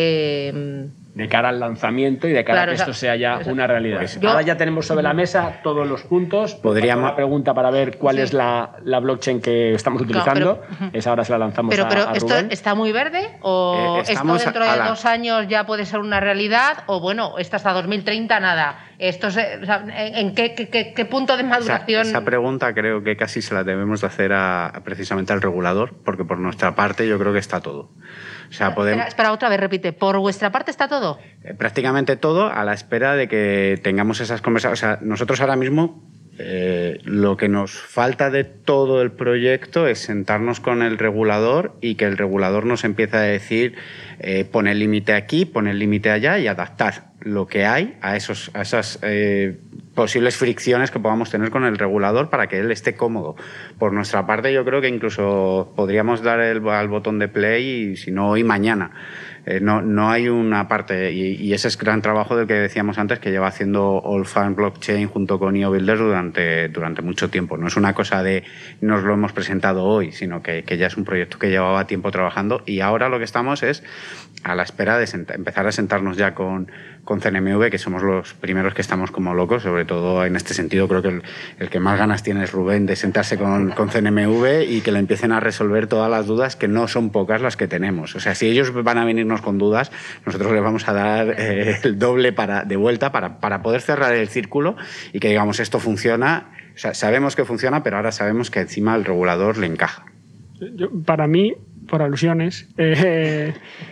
Speaker 2: Eh...
Speaker 3: De cara al lanzamiento y de cara claro, a que esto sea ya una realidad. Pues yo, Ahora ya tenemos sobre la mesa todos los puntos. Podríamos una pregunta para ver cuál sí. es la, la blockchain que estamos utilizando. Claro, pero, Esa ahora se la lanzamos
Speaker 2: pero,
Speaker 3: a,
Speaker 2: pero
Speaker 3: a
Speaker 2: ¿esto
Speaker 3: Rubén.
Speaker 2: está muy verde? ¿O eh, esto dentro de la... dos años ya puede ser una realidad? ¿O bueno, esto hasta dos mil treinta nada? Esto se, o sea, ¿En qué, qué, qué punto de maduración?
Speaker 6: Esa, esa pregunta creo que casi se la debemos de hacer a, a, precisamente al regulador, porque por nuestra parte yo creo que está todo. O sea, podemos...
Speaker 2: espera, espera, otra vez, repite. ¿Por vuestra parte está todo?
Speaker 6: Eh, prácticamente todo, a la espera de que tengamos esas conversaciones. O sea, nosotros ahora mismo eh, lo que nos falta de todo el proyecto es sentarnos con el regulador y que el regulador nos empiece a decir eh, pone el límite aquí, pone el límite allá y adaptar lo que hay a, esos, a esas eh, posibles fricciones que podamos tener con el regulador para que él esté cómodo. Por nuestra parte, yo creo que incluso podríamos dar el, al botón de play, y si no hoy, mañana. Eh, no, no hay una parte, y, y ese es gran trabajo del que decíamos antes, que lleva haciendo Allfunds Blockchain junto con I O Builders durante, durante mucho tiempo. No es una cosa de nos lo hemos presentado hoy, sino que, que ya es un proyecto que llevaba tiempo trabajando, y ahora lo que estamos es a la espera de empezar a sentarnos ya con, con C N M V, que somos los primeros que estamos como locos, sobre todo en este sentido. Creo que el, el que más ganas tiene es Rubén de sentarse con, con C N M V y que le empiecen a resolver todas las dudas, que no son pocas las que tenemos. O sea, si ellos van a venirnos con dudas, nosotros les vamos a dar eh, el doble para, de vuelta para, para poder cerrar el círculo y que digamos esto funciona. O sea, sabemos que funciona, pero ahora sabemos que encima el regulador le encaja.
Speaker 5: Yo, para mí, por alusiones, eh,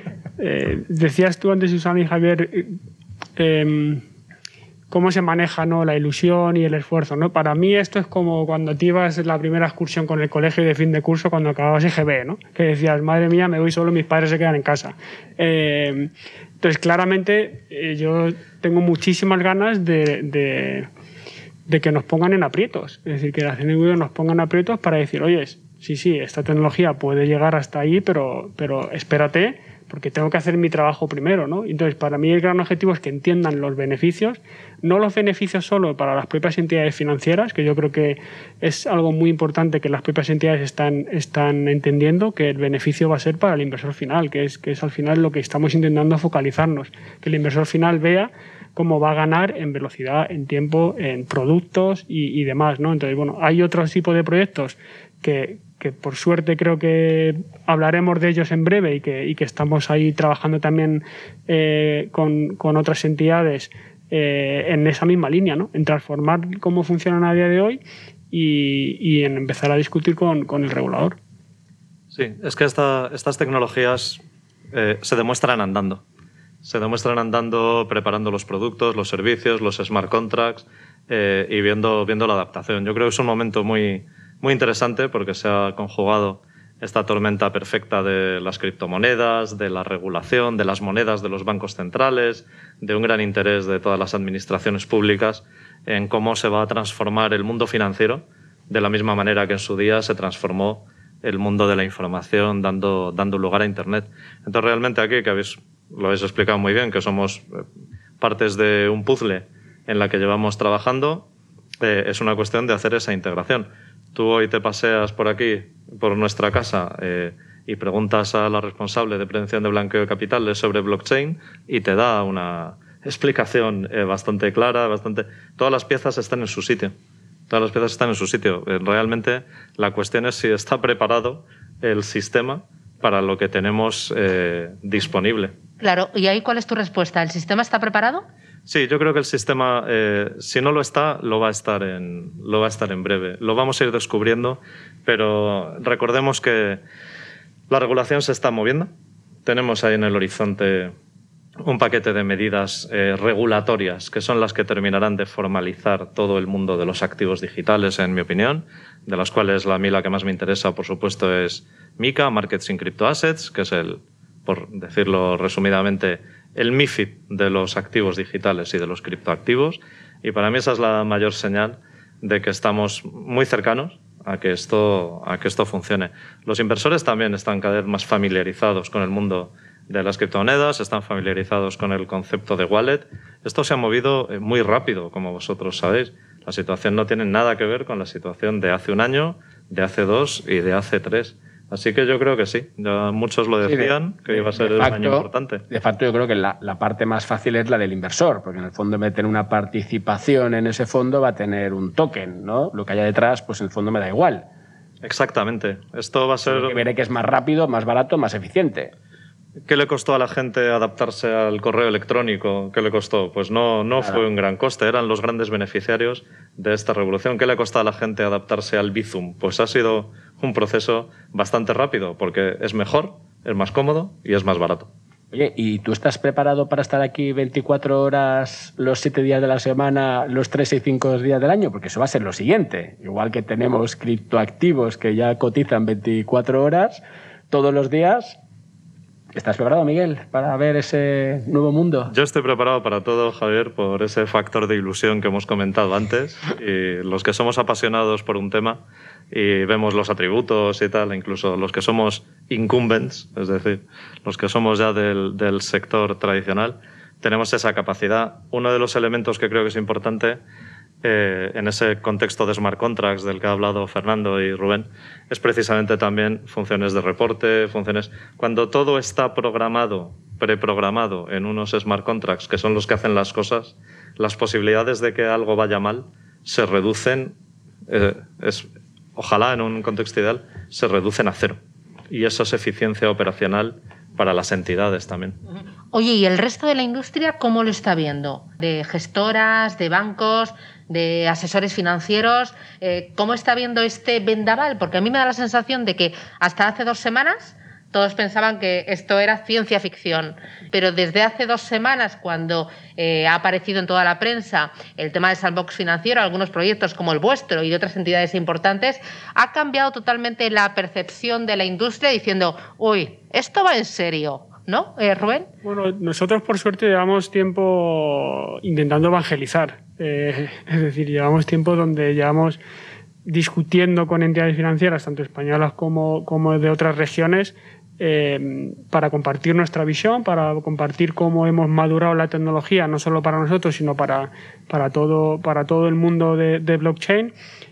Speaker 5: eh, decías tú antes, Susana y Javier, eh, eh, cómo se maneja, ¿no?, la ilusión y el esfuerzo, ¿no? Para mí esto es como cuando te ibas en la primera excursión con el colegio de fin de curso, cuando acababas E G B, ¿no? Que decías, madre mía, me voy solo, mis padres se quedan en casa. Eh, entonces, claramente, eh, yo tengo muchísimas ganas de, de, de que nos pongan en aprietos. Es decir, que la C N M V nos pongan en aprietos para decir, oye, sí, sí, esta tecnología puede llegar hasta ahí, pero, pero espérate, porque tengo que hacer mi trabajo primero, ¿no? Entonces, para mí el gran objetivo es que entiendan los beneficios, no los beneficios solo para las propias entidades financieras, que yo creo que es algo muy importante que las propias entidades están, están entendiendo, que el beneficio va a ser para el inversor final, que es, que es al final lo que estamos intentando focalizarnos, que el inversor final vea cómo va a ganar en velocidad, en tiempo, en productos y, y demás, ¿no? Entonces, bueno, hay otro tipo de proyectos que, que por suerte creo que hablaremos de ellos en breve y que, y que estamos ahí trabajando también eh, con, con otras entidades eh, en esa misma línea, ¿no? En transformar cómo funcionan a día de hoy y, y en empezar a discutir con, con el regulador.
Speaker 4: Sí, es que esta, estas tecnologías eh, se demuestran andando. Se demuestran andando, preparando los productos, los servicios, los smart contracts eh, y viendo, viendo la adaptación. Yo creo que es un momento muy, muy interesante porque se ha conjugado esta tormenta perfecta de las criptomonedas, de la regulación, de las monedas de los bancos centrales, de un gran interés de todas las administraciones públicas en cómo se va a transformar el mundo financiero de la misma manera que en su día se transformó el mundo de la información dando, dando lugar a Internet. Entonces, realmente aquí, que habéis, lo habéis explicado muy bien, que somos partes de un puzzle en la que llevamos trabajando, eh, es una cuestión de hacer esa integración. Tú hoy te paseas por aquí, por nuestra casa, eh, y preguntas a la responsable de prevención de blanqueo de capitales sobre blockchain y te da una explicación eh, bastante clara, bastante... Todas las piezas están en su sitio. Todas las piezas están en su sitio. Eh, realmente la cuestión es si está preparado el sistema para lo que tenemos eh, disponible.
Speaker 2: Claro, ¿y ahí cuál es tu respuesta? ¿El sistema está preparado?
Speaker 4: Sí, yo creo que el sistema, eh, si no lo está, lo va a estar en, lo va a estar en breve. Lo vamos a ir descubriendo, pero recordemos que la regulación se está moviendo. Tenemos ahí en el horizonte un paquete de medidas eh, regulatorias que son las que terminarán de formalizar todo el mundo de los activos digitales, en mi opinión, de las cuales la, a mí la que más me interesa, por supuesto, es MiCA, Markets in Crypto Assets, que es el, por decirlo resumidamente, el MiFID de los activos digitales y de los criptoactivos. Y para mí esa es la mayor señal de que estamos muy cercanos a que esto, a que esto funcione. Los inversores también están cada vez más familiarizados con el mundo de las criptomonedas, están familiarizados con el concepto de wallet. Esto se ha movido muy rápido, como vosotros sabéis. La situación no tiene nada que ver con la situación de hace un año, de hace dos y de hace tres. Así que yo creo que sí. Ya muchos lo decían, sí, de, que iba a ser de facto, un año importante.
Speaker 3: De facto, yo creo que la, la parte más fácil es la del inversor, porque en el fondo, en vez de tener una participación en ese fondo, va a tener un token, ¿no? Lo que haya detrás, pues en el fondo me da igual.
Speaker 4: Exactamente. Esto va a ser...
Speaker 3: Que veré que es más rápido, más barato, más eficiente.
Speaker 4: ¿Qué le costó a la gente adaptarse al correo electrónico? ¿Qué le costó? Pues no, no fue un gran coste, eran los grandes beneficiarios de esta revolución. ¿Qué le costó a la gente adaptarse al Bizum? Pues ha sido un proceso bastante rápido, porque es mejor, es más cómodo y es más barato.
Speaker 3: Oye, ¿y tú estás preparado para estar aquí veinticuatro horas, los siete días de la semana, los tres y cinco días del año? Porque eso va a ser lo siguiente. Igual que tenemos criptoactivos que ya cotizan veinticuatro horas todos los días. ¿Estás preparado, Miguel, para ver ese nuevo mundo?
Speaker 4: Yo estoy preparado para todo, Javier, por ese factor de ilusión que hemos comentado antes. Y los que somos apasionados por un tema y vemos los atributos y tal, incluso los que somos incumbents, es decir, los que somos ya del, del sector tradicional, tenemos esa capacidad. Uno de los elementos que creo que es importante eh, en ese contexto de smart contracts del que ha hablado Fernando y Rubén es precisamente también funciones de reporte, funciones... Cuando todo está programado, preprogramado en unos smart contracts, que son los que hacen las cosas, las posibilidades de que algo vaya mal se reducen, eh, es, ojalá en un contexto ideal, se reducen a cero. Y eso es eficiencia operacional para las entidades también.
Speaker 2: Oye, ¿y el resto de la industria cómo lo está viendo? De gestoras, de bancos, de asesores financieros, eh, ¿cómo está viendo este vendaval? Porque a mí me da la sensación de que hasta hace dos semanas todos pensaban que esto era ciencia ficción, pero desde hace dos semanas, cuando eh, ha aparecido en toda la prensa el tema del sandbox financiero, algunos proyectos como el vuestro y de otras entidades importantes, ha cambiado totalmente la percepción de la industria diciendo, uy, esto va en serio, ¿no, eh, Rubén?
Speaker 5: Bueno, nosotros por suerte llevamos tiempo intentando evangelizar, eh, es decir, llevamos tiempo donde llevamos discutiendo con entidades financieras, tanto españolas como, como de otras regiones, Eh, para compartir nuestra visión, para compartir cómo hemos madurado la tecnología, no solo para nosotros, sino para, para, todo, para todo el mundo de, de blockchain.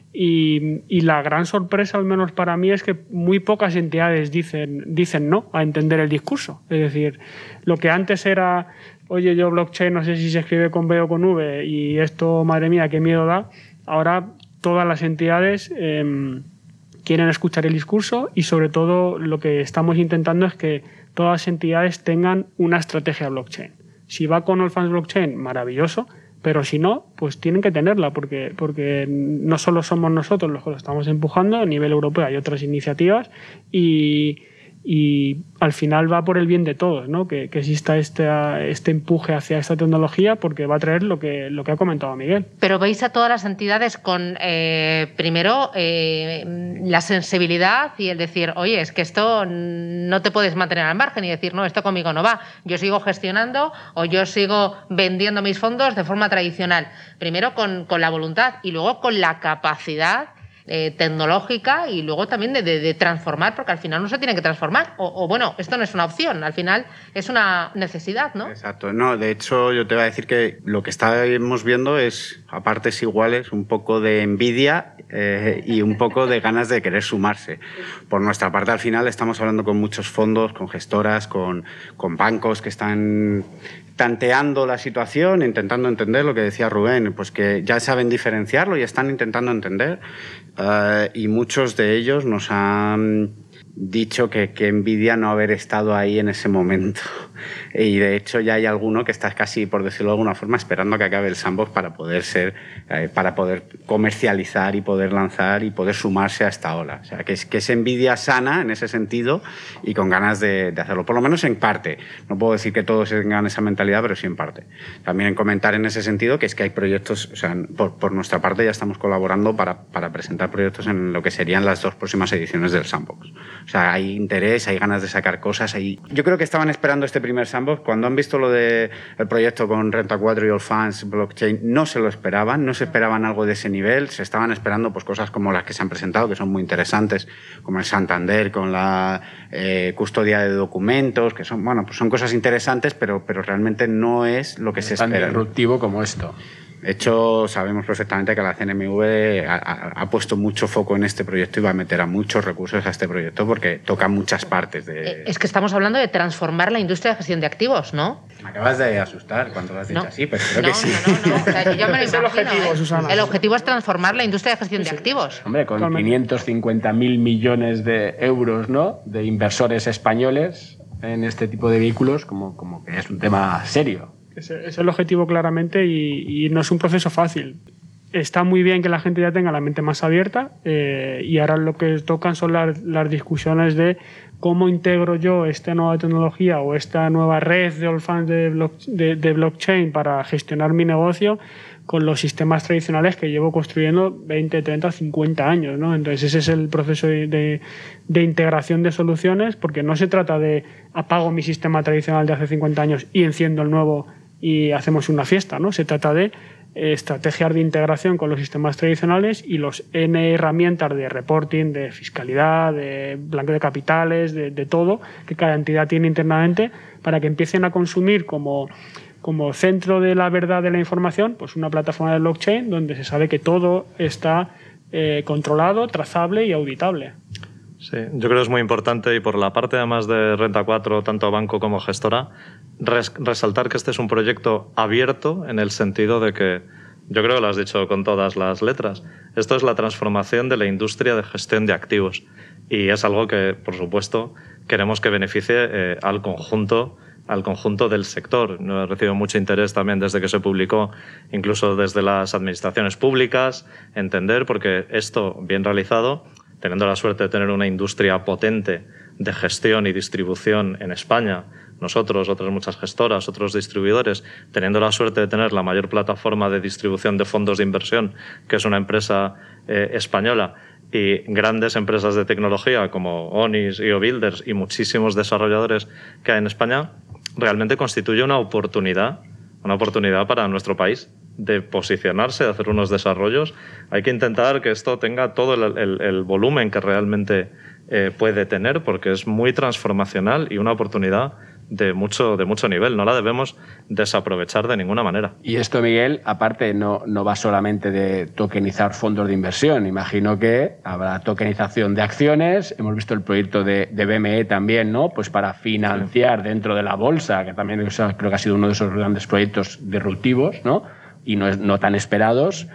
Speaker 5: Y, y la gran sorpresa, al menos para mí, es que muy pocas entidades dicen, dicen no a entender el discurso. Es decir, lo que antes era, oye, yo blockchain no sé si se escribe con B o con V y esto, madre mía, qué miedo da, ahora todas las entidades eh, quieren escuchar el discurso y sobre todo lo que estamos intentando es que todas las entidades tengan una estrategia blockchain. Si va con Allfunds Blockchain, maravilloso, pero si no, pues tienen que tenerla, porque, porque no solo somos nosotros los que lo estamos empujando, a nivel europeo hay otras iniciativas y, y al final va por el bien de todos, ¿no? Que, que exista este, este empuje hacia esta tecnología, porque va a traer lo que, lo que ha comentado Miguel.
Speaker 2: Pero veis a todas las entidades con, eh, primero, eh, la sensibilidad y el decir, oye, es que esto no te puedes mantener al margen y decir, no, esto conmigo no va. Yo sigo gestionando o yo sigo vendiendo mis fondos de forma tradicional. Primero con, con la voluntad y luego con la capacidad Eh, tecnológica y luego también de, de, de transformar, porque al final no se tiene que transformar o, o bueno, esto no es una opción, al final es una necesidad, ¿no?
Speaker 6: Exacto, no, de hecho yo te voy a decir que lo que estamos viendo es a partes iguales un poco de envidia eh, y un poco de ganas de querer sumarse. Por nuestra parte al final estamos hablando con muchos fondos, con gestoras, con, con bancos que están tanteando la situación, intentando entender lo que decía Rubén, pues que ya saben diferenciarlo y están intentando entender uh, y muchos de ellos nos han dicho que, que envidia no haber estado ahí en ese momento y de hecho ya hay alguno que está casi, por decirlo de alguna forma, esperando que acabe el sandbox para poder ser, eh, para poder comercializar y poder lanzar y poder sumarse a esta ola. O sea, que es, que es envidia sana en ese sentido y con ganas de, de hacerlo, por lo menos en parte. No puedo decir que todos tengan esa mentalidad, pero sí en parte. También en comentar en ese sentido que es que hay proyectos, o sea, por, por nuestra parte ya estamos colaborando para, para presentar proyectos en lo que serían las dos próximas ediciones del sandbox. O sea, hay interés, hay ganas de sacar cosas. Hay... Yo creo que estaban esperando este primer sandbox. Cuando han visto lo del proyecto con Renta cuatro y Allfunds Blockchain, no se lo esperaban, no se esperaban algo de ese nivel. Se estaban esperando pues, cosas como las que se han presentado, que son muy interesantes, como el Santander con la eh, custodia de documentos, que son, bueno, pues son cosas interesantes, pero, pero realmente no es lo que se espera.
Speaker 3: Tan disruptivo como esto.
Speaker 6: De hecho, sabemos perfectamente que la C N M V ha, ha, ha puesto mucho foco en este proyecto y va a meter a muchos recursos a este proyecto porque toca muchas partes de...
Speaker 2: Es que estamos hablando de transformar la industria de gestión de activos, ¿no?
Speaker 6: Me acabas de asustar cuando lo has dicho
Speaker 2: no.
Speaker 6: así, pero creo
Speaker 2: no,
Speaker 6: que sí.
Speaker 2: No, no, no. O sea, yo me lo
Speaker 5: es el objetivo,
Speaker 2: ¿eh?
Speaker 5: Susana.
Speaker 2: El objetivo es transformar la industria de gestión
Speaker 5: sí,
Speaker 2: de
Speaker 5: sí.
Speaker 2: activos.
Speaker 3: Hombre, con quinientos cincuenta mil millones de euros, ¿no?, de inversores españoles en este tipo de vehículos, como, como que es un tema serio.
Speaker 5: Ese es el objetivo claramente y, y no es un proceso fácil. Está muy bien que la gente ya tenga la mente más abierta eh, y ahora lo que tocan son las, las discusiones de cómo integro yo esta nueva tecnología o esta nueva red de Allfunds de, block, de, de blockchain para gestionar mi negocio con los sistemas tradicionales que llevo construyendo veinte, treinta, cincuenta años, ¿no? Entonces ese es el proceso de, de, de integración de soluciones, porque no se trata de apago mi sistema tradicional de hace cincuenta años y enciendo el nuevo y hacemos una fiesta, ¿no? Se trata de estrategias de integración con los sistemas tradicionales y los N herramientas de reporting, de fiscalidad, de blanqueo de capitales, de, de todo que cada entidad tiene internamente para que empiecen a consumir como, como centro de la verdad de la información, pues una plataforma de blockchain donde se sabe que todo está eh, controlado, trazable y auditable.
Speaker 4: Sí, yo creo que es muy importante y por la parte además de Renta cuatro, tanto banco como gestora, res resaltar que este es un proyecto abierto en el sentido de que, yo creo que lo has dicho con todas las letras, esto es la transformación de la industria de gestión de activos y es algo que, por supuesto, queremos que beneficie eh, al conjunto al conjunto del sector. He recibido mucho interés también desde que se publicó, incluso desde las administraciones públicas, entender, porque esto bien realizado, teniendo la suerte de tener una industria potente de gestión y distribución en España, nosotros, otras muchas gestoras, otros distribuidores, teniendo la suerte de tener la mayor plataforma de distribución de fondos de inversión, que es una empresa eh, española, y grandes empresas de tecnología como Onis, I O Builders y muchísimos desarrolladores que hay en España, realmente constituye una oportunidad, una oportunidad para nuestro país de posicionarse, de hacer unos desarrollos. Hay que intentar que esto tenga todo el, el, el volumen que realmente eh, puede tener, porque es muy transformacional y una oportunidad de mucho, de mucho nivel. No la debemos desaprovechar de ninguna manera.
Speaker 3: Y esto, Miguel, aparte no, no va solamente de tokenizar fondos de inversión. Imagino que habrá tokenización de acciones. Hemos visto el proyecto de, de B M E también, ¿no? Pues para financiar sí. dentro de la bolsa, que también o sea, creo que ha sido uno de esos grandes proyectos disruptivos, ¿no? Y no, es, no tan esperados.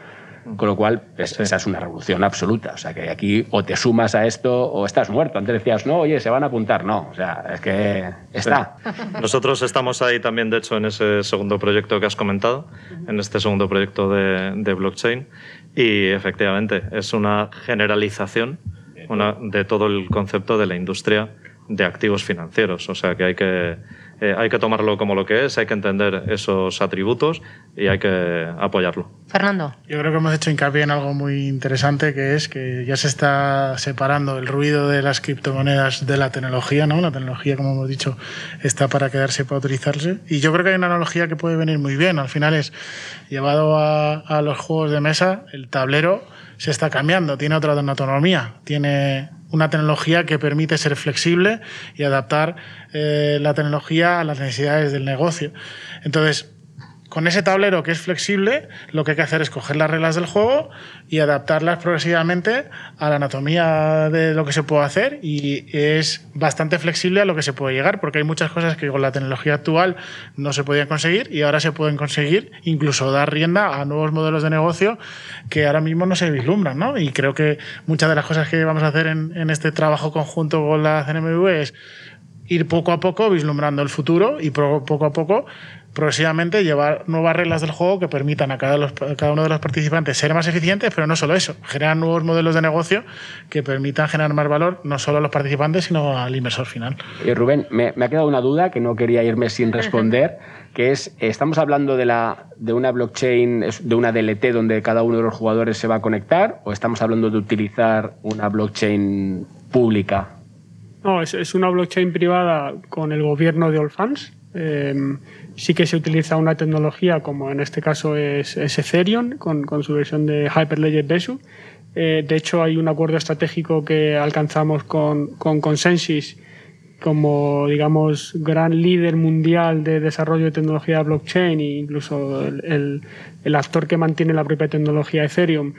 Speaker 3: Con lo cual, es, sí. esa es una revolución absoluta. O sea, que aquí o te sumas a esto o estás muerto. Antes decías, no, oye, se van a apuntar. No, o sea, es que está.
Speaker 4: Sí. Nosotros estamos ahí también, de hecho, en ese segundo proyecto que has comentado, en este segundo proyecto de, de blockchain. Y efectivamente, es una generalización una, de todo el concepto de la industria de activos financieros. O sea, que hay que... Eh, hay que tomarlo como lo que es, hay que entender esos atributos y hay que apoyarlo.
Speaker 2: Fernando.
Speaker 7: Yo creo que hemos hecho hincapié en algo muy interesante, que es que ya se está separando el ruido de las criptomonedas de la tecnología, ¿no? La tecnología, como hemos dicho, está para quedarse, para utilizarse. Y yo creo que hay una analogía que puede venir muy bien. Al final es, llevado a, a los juegos de mesa, el tablero se está cambiando, tiene otra autonomía, tiene una tecnología que permite ser flexible y adaptar eh, la tecnología a las necesidades del negocio. Entonces, con ese tablero que es flexible, lo que hay que hacer es coger las reglas del juego y adaptarlas progresivamente a la anatomía de lo que se puede hacer, y es bastante flexible a lo que se puede llegar, porque hay muchas cosas que con la tecnología actual no se podían conseguir y ahora se pueden conseguir, incluso dar rienda a nuevos modelos de negocio que ahora mismo no se vislumbran, ¿no? Y creo que muchas de las cosas que vamos a hacer en, en este trabajo conjunto con la C N M V es ir poco a poco vislumbrando el futuro y poco a poco progresivamente llevar nuevas reglas del juego que permitan a cada, los, a cada uno de los participantes ser más eficientes, pero no solo eso, generar nuevos modelos de negocio que permitan generar más valor no solo a los participantes, sino al inversor final.
Speaker 3: Y Rubén, me, me ha quedado una duda que no quería irme sin responder, que es, estamos hablando de, la, de una blockchain, de una D L T donde cada uno de los jugadores se va a conectar, o estamos hablando de utilizar una blockchain pública?
Speaker 5: No, es, es una blockchain privada con el gobierno de Allfunds. Eh, sí que se utiliza una tecnología como en este caso es, es Ethereum con, con su versión de Hyperledger Besu. Eh, de hecho, hay un acuerdo estratégico que alcanzamos con, con Consensys como, digamos, gran líder mundial de desarrollo de tecnología blockchain, e incluso el, el, el actor que mantiene la propia tecnología Ethereum.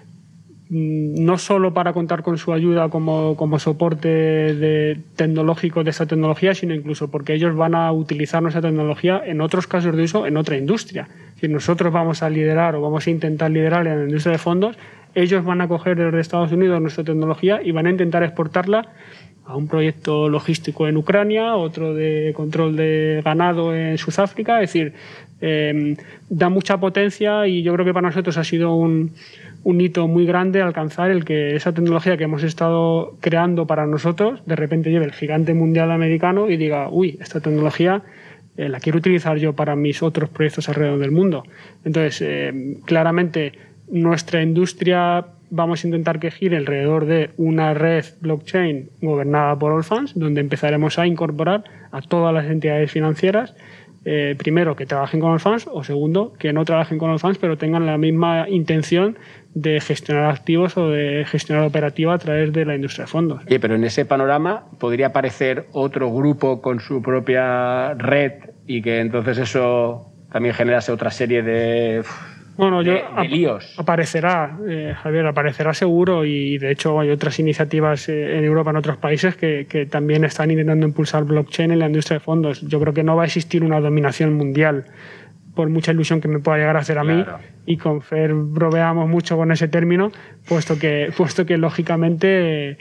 Speaker 5: No solo para contar con su ayuda como, como soporte de, tecnológico de esta tecnología, sino incluso porque ellos van a utilizar nuestra tecnología en otros casos de uso en otra industria. Si nosotros vamos a liderar o vamos a intentar liderar en la industria de fondos, ellos van a coger desde Estados Unidos nuestra tecnología y van a intentar exportarla a un proyecto logístico en Ucrania, otro de control de ganado en Sudáfrica. Es decir, eh, da mucha potencia, y yo creo que para nosotros ha sido un un hito muy grande alcanzar el que esa tecnología que hemos estado creando para nosotros de repente lleve el gigante mundial americano y diga, uy, esta tecnología eh, la quiero utilizar yo para mis otros proyectos alrededor del mundo. Entonces, eh, claramente nuestra industria vamos a intentar que gire alrededor de una red blockchain gobernada por Allfunds, donde empezaremos a incorporar a todas las entidades financieras. Eh, primero, que trabajen con Allfunds, o segundo, que no trabajen con Allfunds, pero tengan la misma intención de gestionar activos o de gestionar operativa a través de la industria de fondos.
Speaker 3: Oye, pero en ese panorama podría aparecer otro grupo con su propia red y que entonces eso también generase otra serie de...
Speaker 5: Bueno, yo,
Speaker 3: de, de líos.
Speaker 5: Aparecerá, eh, Javier, aparecerá seguro, y de hecho hay otras iniciativas eh, en Europa, en otros países, que, que también están intentando impulsar blockchain en la industria de fondos. Yo creo que no va a existir una dominación mundial, por mucha ilusión que me pueda llegar a hacer a mí, claro. Y con Fer bromeamos mucho con ese término, puesto que, puesto que lógicamente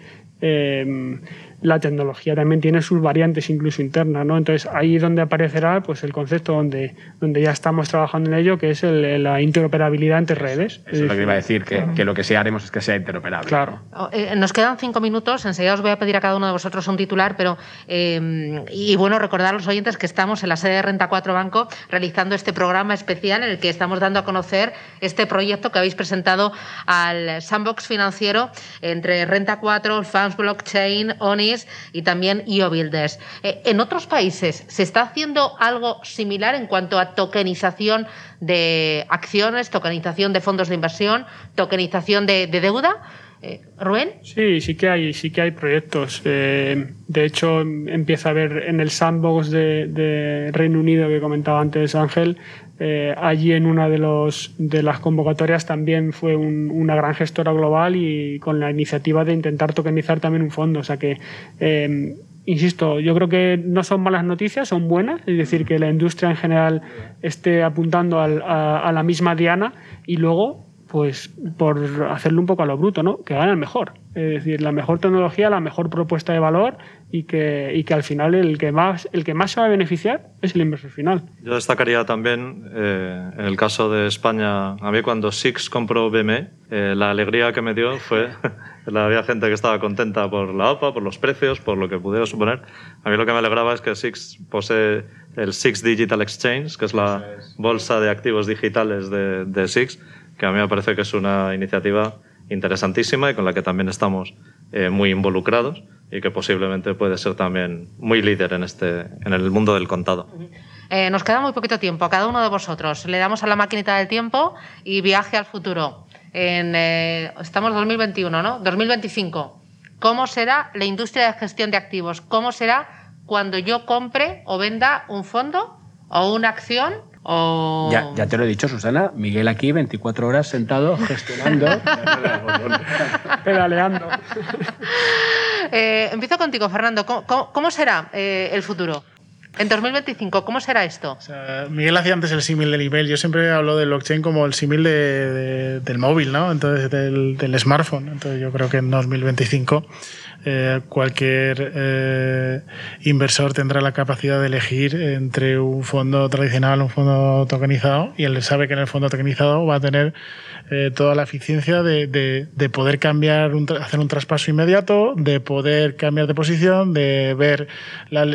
Speaker 5: eh, la tecnología también tiene sus variantes incluso internas, ¿no? Entonces ahí es donde aparecerá pues el concepto donde, donde ya estamos trabajando en ello, que es el, la interoperabilidad entre redes.
Speaker 3: Eso es lo que iba a decir, que, que lo que sí haremos es que sea interoperable.
Speaker 5: Claro.
Speaker 2: Eh, nos quedan cinco minutos, enseguida os voy a pedir a cada uno de vosotros un titular, pero eh, y bueno, recordar a los oyentes que estamos en la sede de Renta cuatro Banco realizando este programa especial en el que estamos dando a conocer este proyecto que habéis presentado al Sandbox financiero entre Renta cuatro, Allfunds Blockchain, Onis y también I O Builders. Eh, ¿En otros países se está haciendo algo similar en cuanto a tokenización de acciones, tokenización de fondos de inversión, tokenización de, de deuda? Eh, ¿Rubén?
Speaker 5: Sí, sí que hay, sí que hay proyectos. Eh, de hecho, empieza a haber en el Sandbox de, de Reino Unido que comentaba antes Ángel. Eh, allí en una de, los, de las convocatorias también fue un, una gran gestora global y con la iniciativa de intentar tokenizar también un fondo. O sea que, eh, insisto, yo creo que no son malas noticias, son buenas. Es decir, que la industria en general esté apuntando al, a, a la misma diana, y luego pues por hacerlo un poco a lo bruto, ¿no? Que gane el mejor. Es decir, la mejor tecnología, la mejor propuesta de valor y que, y que al final el que más el que más se va a beneficiar es el inversor final.
Speaker 4: Yo destacaría también, eh, en el caso de España, a mí cuando Six compró B M E, eh, la alegría que me dio fue, había gente que estaba contenta por la O P A, por los precios, por lo que pudiera suponer. A mí lo que me alegraba es que Six posee el Six Digital Exchange, que es la bolsa de activos digitales de, de Six, que a mí me parece que es una iniciativa interesantísima y con la que también estamos eh, muy involucrados y que posiblemente puede ser también muy líder en, este, en el mundo del contado.
Speaker 2: Eh, nos queda muy poquito tiempo a cada uno de vosotros. Le damos a la maquinita del tiempo y viaje al futuro. En, eh, estamos en dos mil veintiuno, ¿no? dos mil veinticinco. ¿Cómo será la industria de gestión de activos? ¿Cómo será cuando yo compre o venda un fondo o una acción? O...
Speaker 3: Ya, ya te lo he dicho, Susana. Miguel aquí veinticuatro horas sentado gestionando.
Speaker 5: Pedaleando.
Speaker 2: eh, empiezo contigo, Fernando. ¿Cómo, cómo, cómo será eh, el futuro? En dos mil veinticinco, ¿cómo será esto?
Speaker 7: O sea, Miguel hacía antes el símil del email. Yo siempre hablo del blockchain como el símil de, de, del móvil, ¿no? Entonces, del, del smartphone. Entonces, yo creo que en dos mil veinticinco eh, cualquier eh, inversor tendrá la capacidad de elegir entre un fondo tradicional, un fondo tokenizado, y él sabe que en el fondo tokenizado va a tener eh, toda la eficiencia de, de, de poder cambiar, un, hacer un traspaso inmediato, de poder cambiar de posición, de ver la,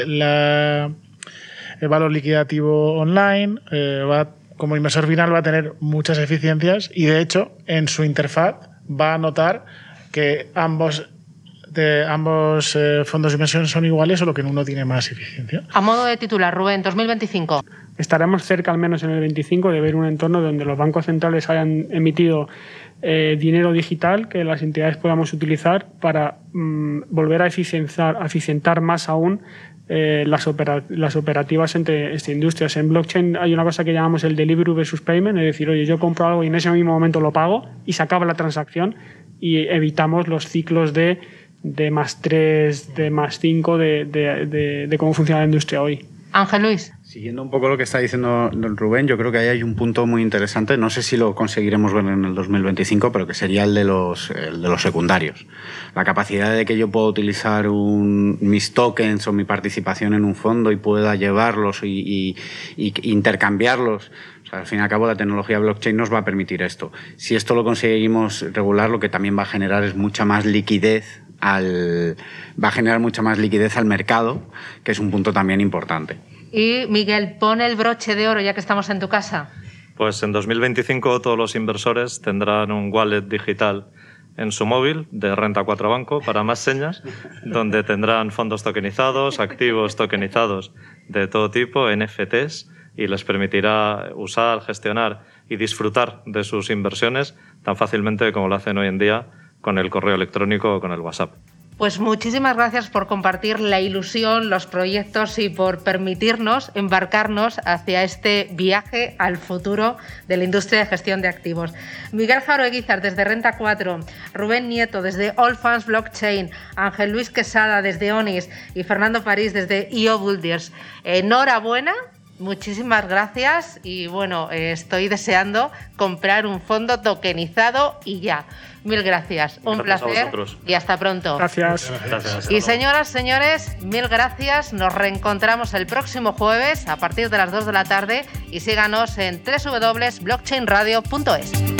Speaker 7: la el valor liquidativo online, eh, va, como inversor final va a tener muchas eficiencias y de hecho en su interfaz va a notar que ambos, de, ambos eh, fondos de inversión son iguales, solo que en uno tiene más eficiencia.
Speaker 2: A modo de titular, Rubén, dos mil veinticinco.
Speaker 5: Estaremos cerca, al menos en el veinticinco, de ver un entorno donde los bancos centrales hayan emitido eh, dinero digital que las entidades podamos utilizar para mm, volver a eficientar, a eficientar más aún Eh, las, opera las operativas entre estas industrias. En blockchain hay una cosa que llamamos el delivery versus payment, es decir, oye, yo compro algo y en ese mismo momento lo pago y se acaba la transacción y evitamos los ciclos de, de más tres, de más cinco, de, de, de, de cómo funciona la industria hoy.
Speaker 2: Ángel Luis.
Speaker 6: Siguiendo un poco lo que está diciendo don Rubén, yo creo que ahí hay un punto muy interesante, no sé si lo conseguiremos ver en el dos mil veinticinco, pero que sería el de los, el de los secundarios. La capacidad de que yo pueda utilizar un, mis tokens o mi participación en un fondo y pueda llevarlos y, y, y intercambiarlos. O sea, al fin y al cabo, la tecnología blockchain nos va a permitir esto. Si esto lo conseguimos regular, lo que también va a generar es mucha más liquidez al, va a generar mucha más liquidez al mercado, que es un punto también importante.
Speaker 2: Y Miguel, pon el broche de oro ya que estamos en tu casa.
Speaker 4: Pues en dos mil veinticinco todos los inversores tendrán un wallet digital en su móvil de Renta cuatro Banco para más señas, donde tendrán fondos tokenizados, activos tokenizados de todo tipo, N F Ts, y les permitirá usar, gestionar y disfrutar de sus inversiones tan fácilmente como lo hacen hoy en día con el correo electrónico o con el WhatsApp.
Speaker 2: Pues muchísimas gracias por compartir la ilusión, los proyectos y por permitirnos embarcarnos hacia este viaje al futuro de la industria de gestión de activos. Miguel Jaureguizar desde Renta cuatro, Rubén Nieto desde Allfunds Blockchain, Ángel Luis Quesada desde Onis y Fernando París desde I O Builders. Enhorabuena. Muchísimas gracias y bueno, eh, estoy deseando comprar un fondo tokenizado y ya. Mil gracias, un
Speaker 4: gracias
Speaker 2: placer y hasta pronto.
Speaker 5: Gracias.
Speaker 4: Gracias.
Speaker 2: Y señoras, señores, mil gracias. Nos reencontramos el próximo jueves a partir de las dos de la tarde y síganos en doble u doble u doble u punto blockchain radio punto es.